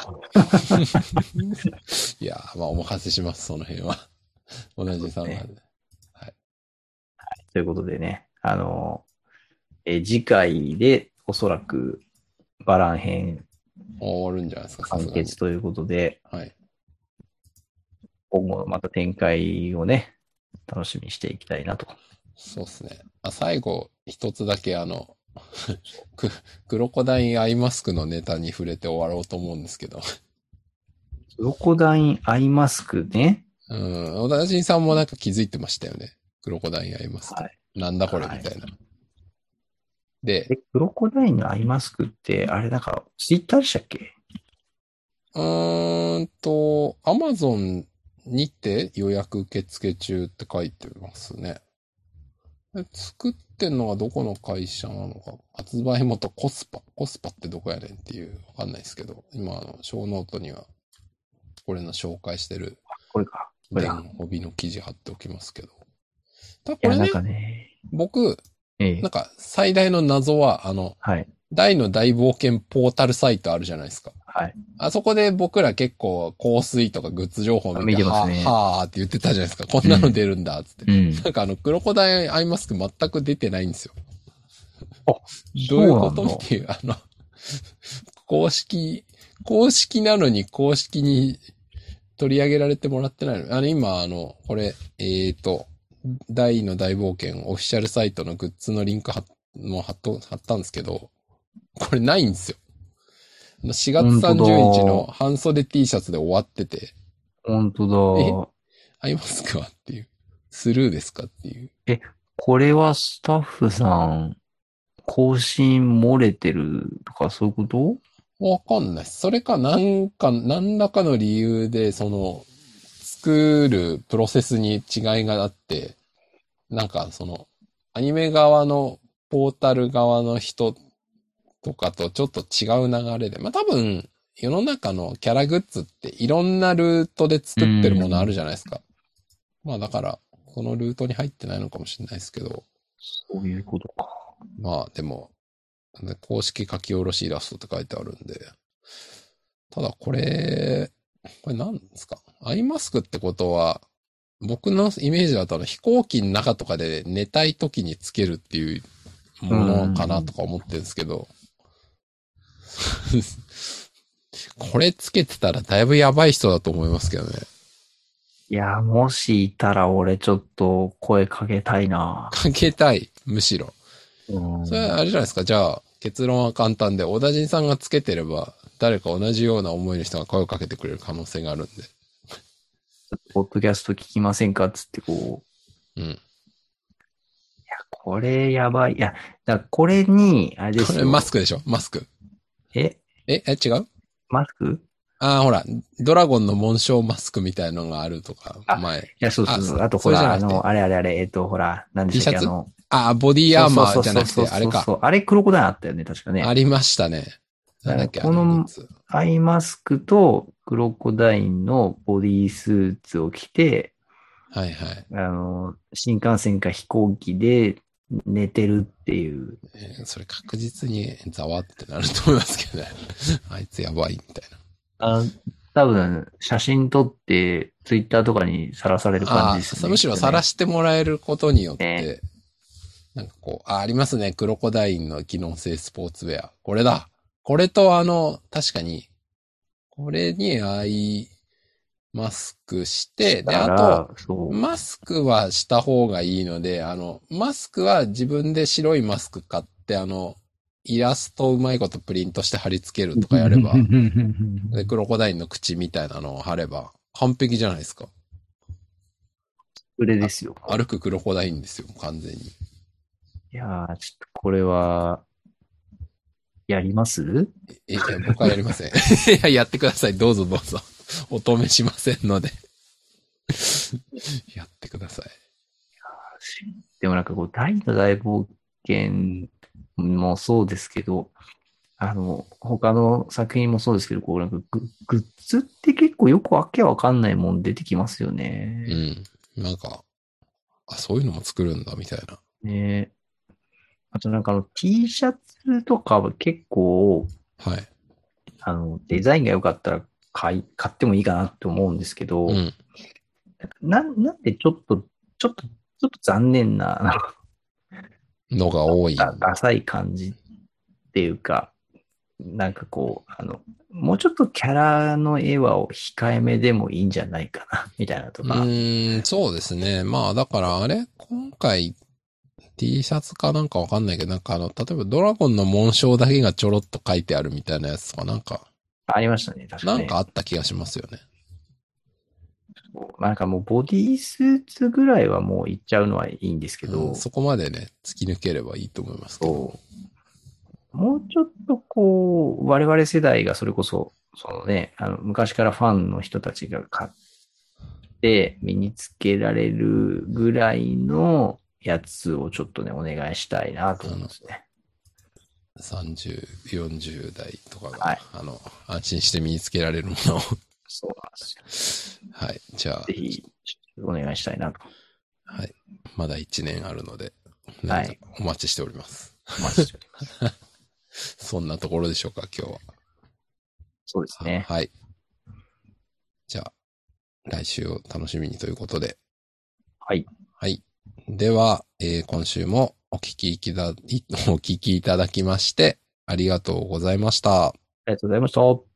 いや、まあお任せします、その辺は。同じさんなんで、ね。はい。 ということでね、あの、え次回でおそらくバラン編終わるんじゃないですか、 完結ということで、 はい。 今後また展開をね、楽しみにしていきたいなと。 そうですね。あ、最後、一つだけあの、ク、クロコダインアイマスクのネタに触れて終わろうと思うんですけど。 クロコダインアイマスクね。 うん。小田人さんもなんか気づいてましたよね。クロコダインアイマスク。はい、なんだこれみたいな。はい、で、 で、クロコダインのアイマスクって、あれなんか、ツイッターでしたっけ？ うーんと、アマゾンにて予約受付中って書いてますね。作ってんのがどこの会社なのか。発売元コスパ。コスパってどこやねんっていう、わかんないですけど、今あの、小ノートには、これの紹介してる、 これか。 これだ。帯の記事貼っておきますけど。たこれね、なんかね僕、ええ、なんか最大の謎は、あの、はい。大の大冒険ポータルサイトあるじゃないですか。はい。あそこで僕ら結構香水とかグッズ情報を見て、見てますね、ははーって言ってたじゃないですか。こんなの出るんだ、つって。うん、なんかあの、クロコダインアイマスク全く出てないんですよ。あ、どういうことっていう、あの、公式、公式なのに公式に取り上げられてもらってないの。あの、今、あの、これ、えーと、大の大冒険オフィシャルサイトのグッズのリンク貼っ、もう貼っと、貼ったんですけど、これないんですよ。しがつさんじゅうにちの半袖 T シャツで終わってて。 本当だ。えアイマスクはっていう。スルーですかっていう。 え、これはスタッフさん、更新漏れてるとかそういうこと？ わかんない。それか、なんか、何らかの理由で、その、作るプロセスに違いがあって、なんか、その、アニメ側のポータル側の人とかとちょっと違う流れで、まあ、多分、世の中のキャラグッズっていろんなルートで作ってるものあるじゃないですか。まあだから、このルートに入ってないのかもしれないですけど。 そういうことか。 まあでも、公式書き下ろしイラストって書いてあるんで。ただこれ、これ何ですか？アイマスクってことは、僕のイメージだとあの飛行機の中とかで寝たい時につけるっていうものかなとか思ってるんですけど。これつけてたらだいぶやばい人だと思いますけどね。 いや、もしいたら俺ちょっと声かけたいな。 かけたい、むしろ。それはあれじゃないですか。じゃあ、結論は簡単で、小田人さんがつけてれば、誰か同じような思いの人が声をかけてくれる可能性があるんで。 ポッドキャスト聞きませんかつってこう。うん。いや、 これやばい。いや、だこれに、あれですよ。 これマスクでしょ？マスク。 えええ、違う？ マスク？ ああ、ほら、ドラゴンの紋章マスクみたいのがあるとか、前。いや、そうそうそう。あ, あと、ほら、あの、あれあれあれ、えっと、ほら、何でしたっけ、あの。 ああ、ボディアーマーじゃなくて、あれか。 そう、あれ、クロコダインあったよね、確かね。 ありましたね。なんだっけ、 この、アイマスクとクロコダインのボディースーツを着て、 はいはい。 あの、新幹線か飛行機で寝てるっていう。 えー、それ確実にざわってなると思いますけどね。あいつやばいみたいな。 あ多分、写真撮って、ツイッターとかにさらされる感じですね。 あむしろさらしてもらえることによって、ね、なんかこう、あ、ありますね。クロコダインの機能性スポーツウェア。これだ。これとあの、確かに、これにアイマスクして、で、あと、マスクはした方がいいので、あの、マスクは自分で白いマスク買って、あの、イラストをうまいことプリントして貼り付けるとかやれば、で、クロコダインの口みたいなのを貼れば、完璧じゃないですか。 それですよ。 歩くクロコダインですよ、完全に。 いやー、ちょっとこれは、やります？ え、いや、僕はやりません。いや、やってください。どうぞどうぞ。お止めしませんので。やってください。 でもなんかこう、大の大冒険もそうですけど、あの、他の作品もそうですけど、こうなんかグ、グッズって結構よくわけわかんないもん出てきますよね。 うん。なんか、あ、そういうのも作るんだ、みたいな。 ね。あとなんかあの T シャツとかは結構、 はい。 あの、デザインが良かったら買い、買ってもいいかなって思うんですけど、 うん。 な、なんでちょっと、ちょっと、ちょっと残念な、なんかのが多い。 ダダサい感じっていうか、なんかこう、あの、もうちょっとキャラの絵は控えめでもいいんじゃないかな、みたいなとうか。 ーん、そうですね。まあ、だからあれ今回 T シャツかなんかわかんないけど、なんかあの、例えばドラゴンの紋章だけがちょろっと書いてあるみたいなやつとか、なんか、 ありましたね、確かね。 なんかあった気がしますよね。 なんかもうボディースーツぐらいはもういっちゃうのはいいんですけうん、 ど、 そこまでね、突き抜ければいいと思いますけども。 もうちょっとこう、我々世代がそれこそ、そのね、あの、昔からファンの人たちが買って身につけられるぐらいのやつをちょっとね、お願いしたいなと思いますね。 さんじゅう、よんじゅう代とかが、 はい。 あの、安心して身につけられるものを。 そうなんですよ。 はい。じゃあ、 ぜひ、お願いしたいなと。 はい。まだいちねんあるので、 はい何かお待ちしております。 お待ちしております。 そんなところでしょうか、今日は。 そうですね。 はい。じゃあ、来週を楽しみにということで。 はい。 はい。では、えー今週もお聞きいただ、お聞きいただきまして、ありがとうございました。 ありがとうございました。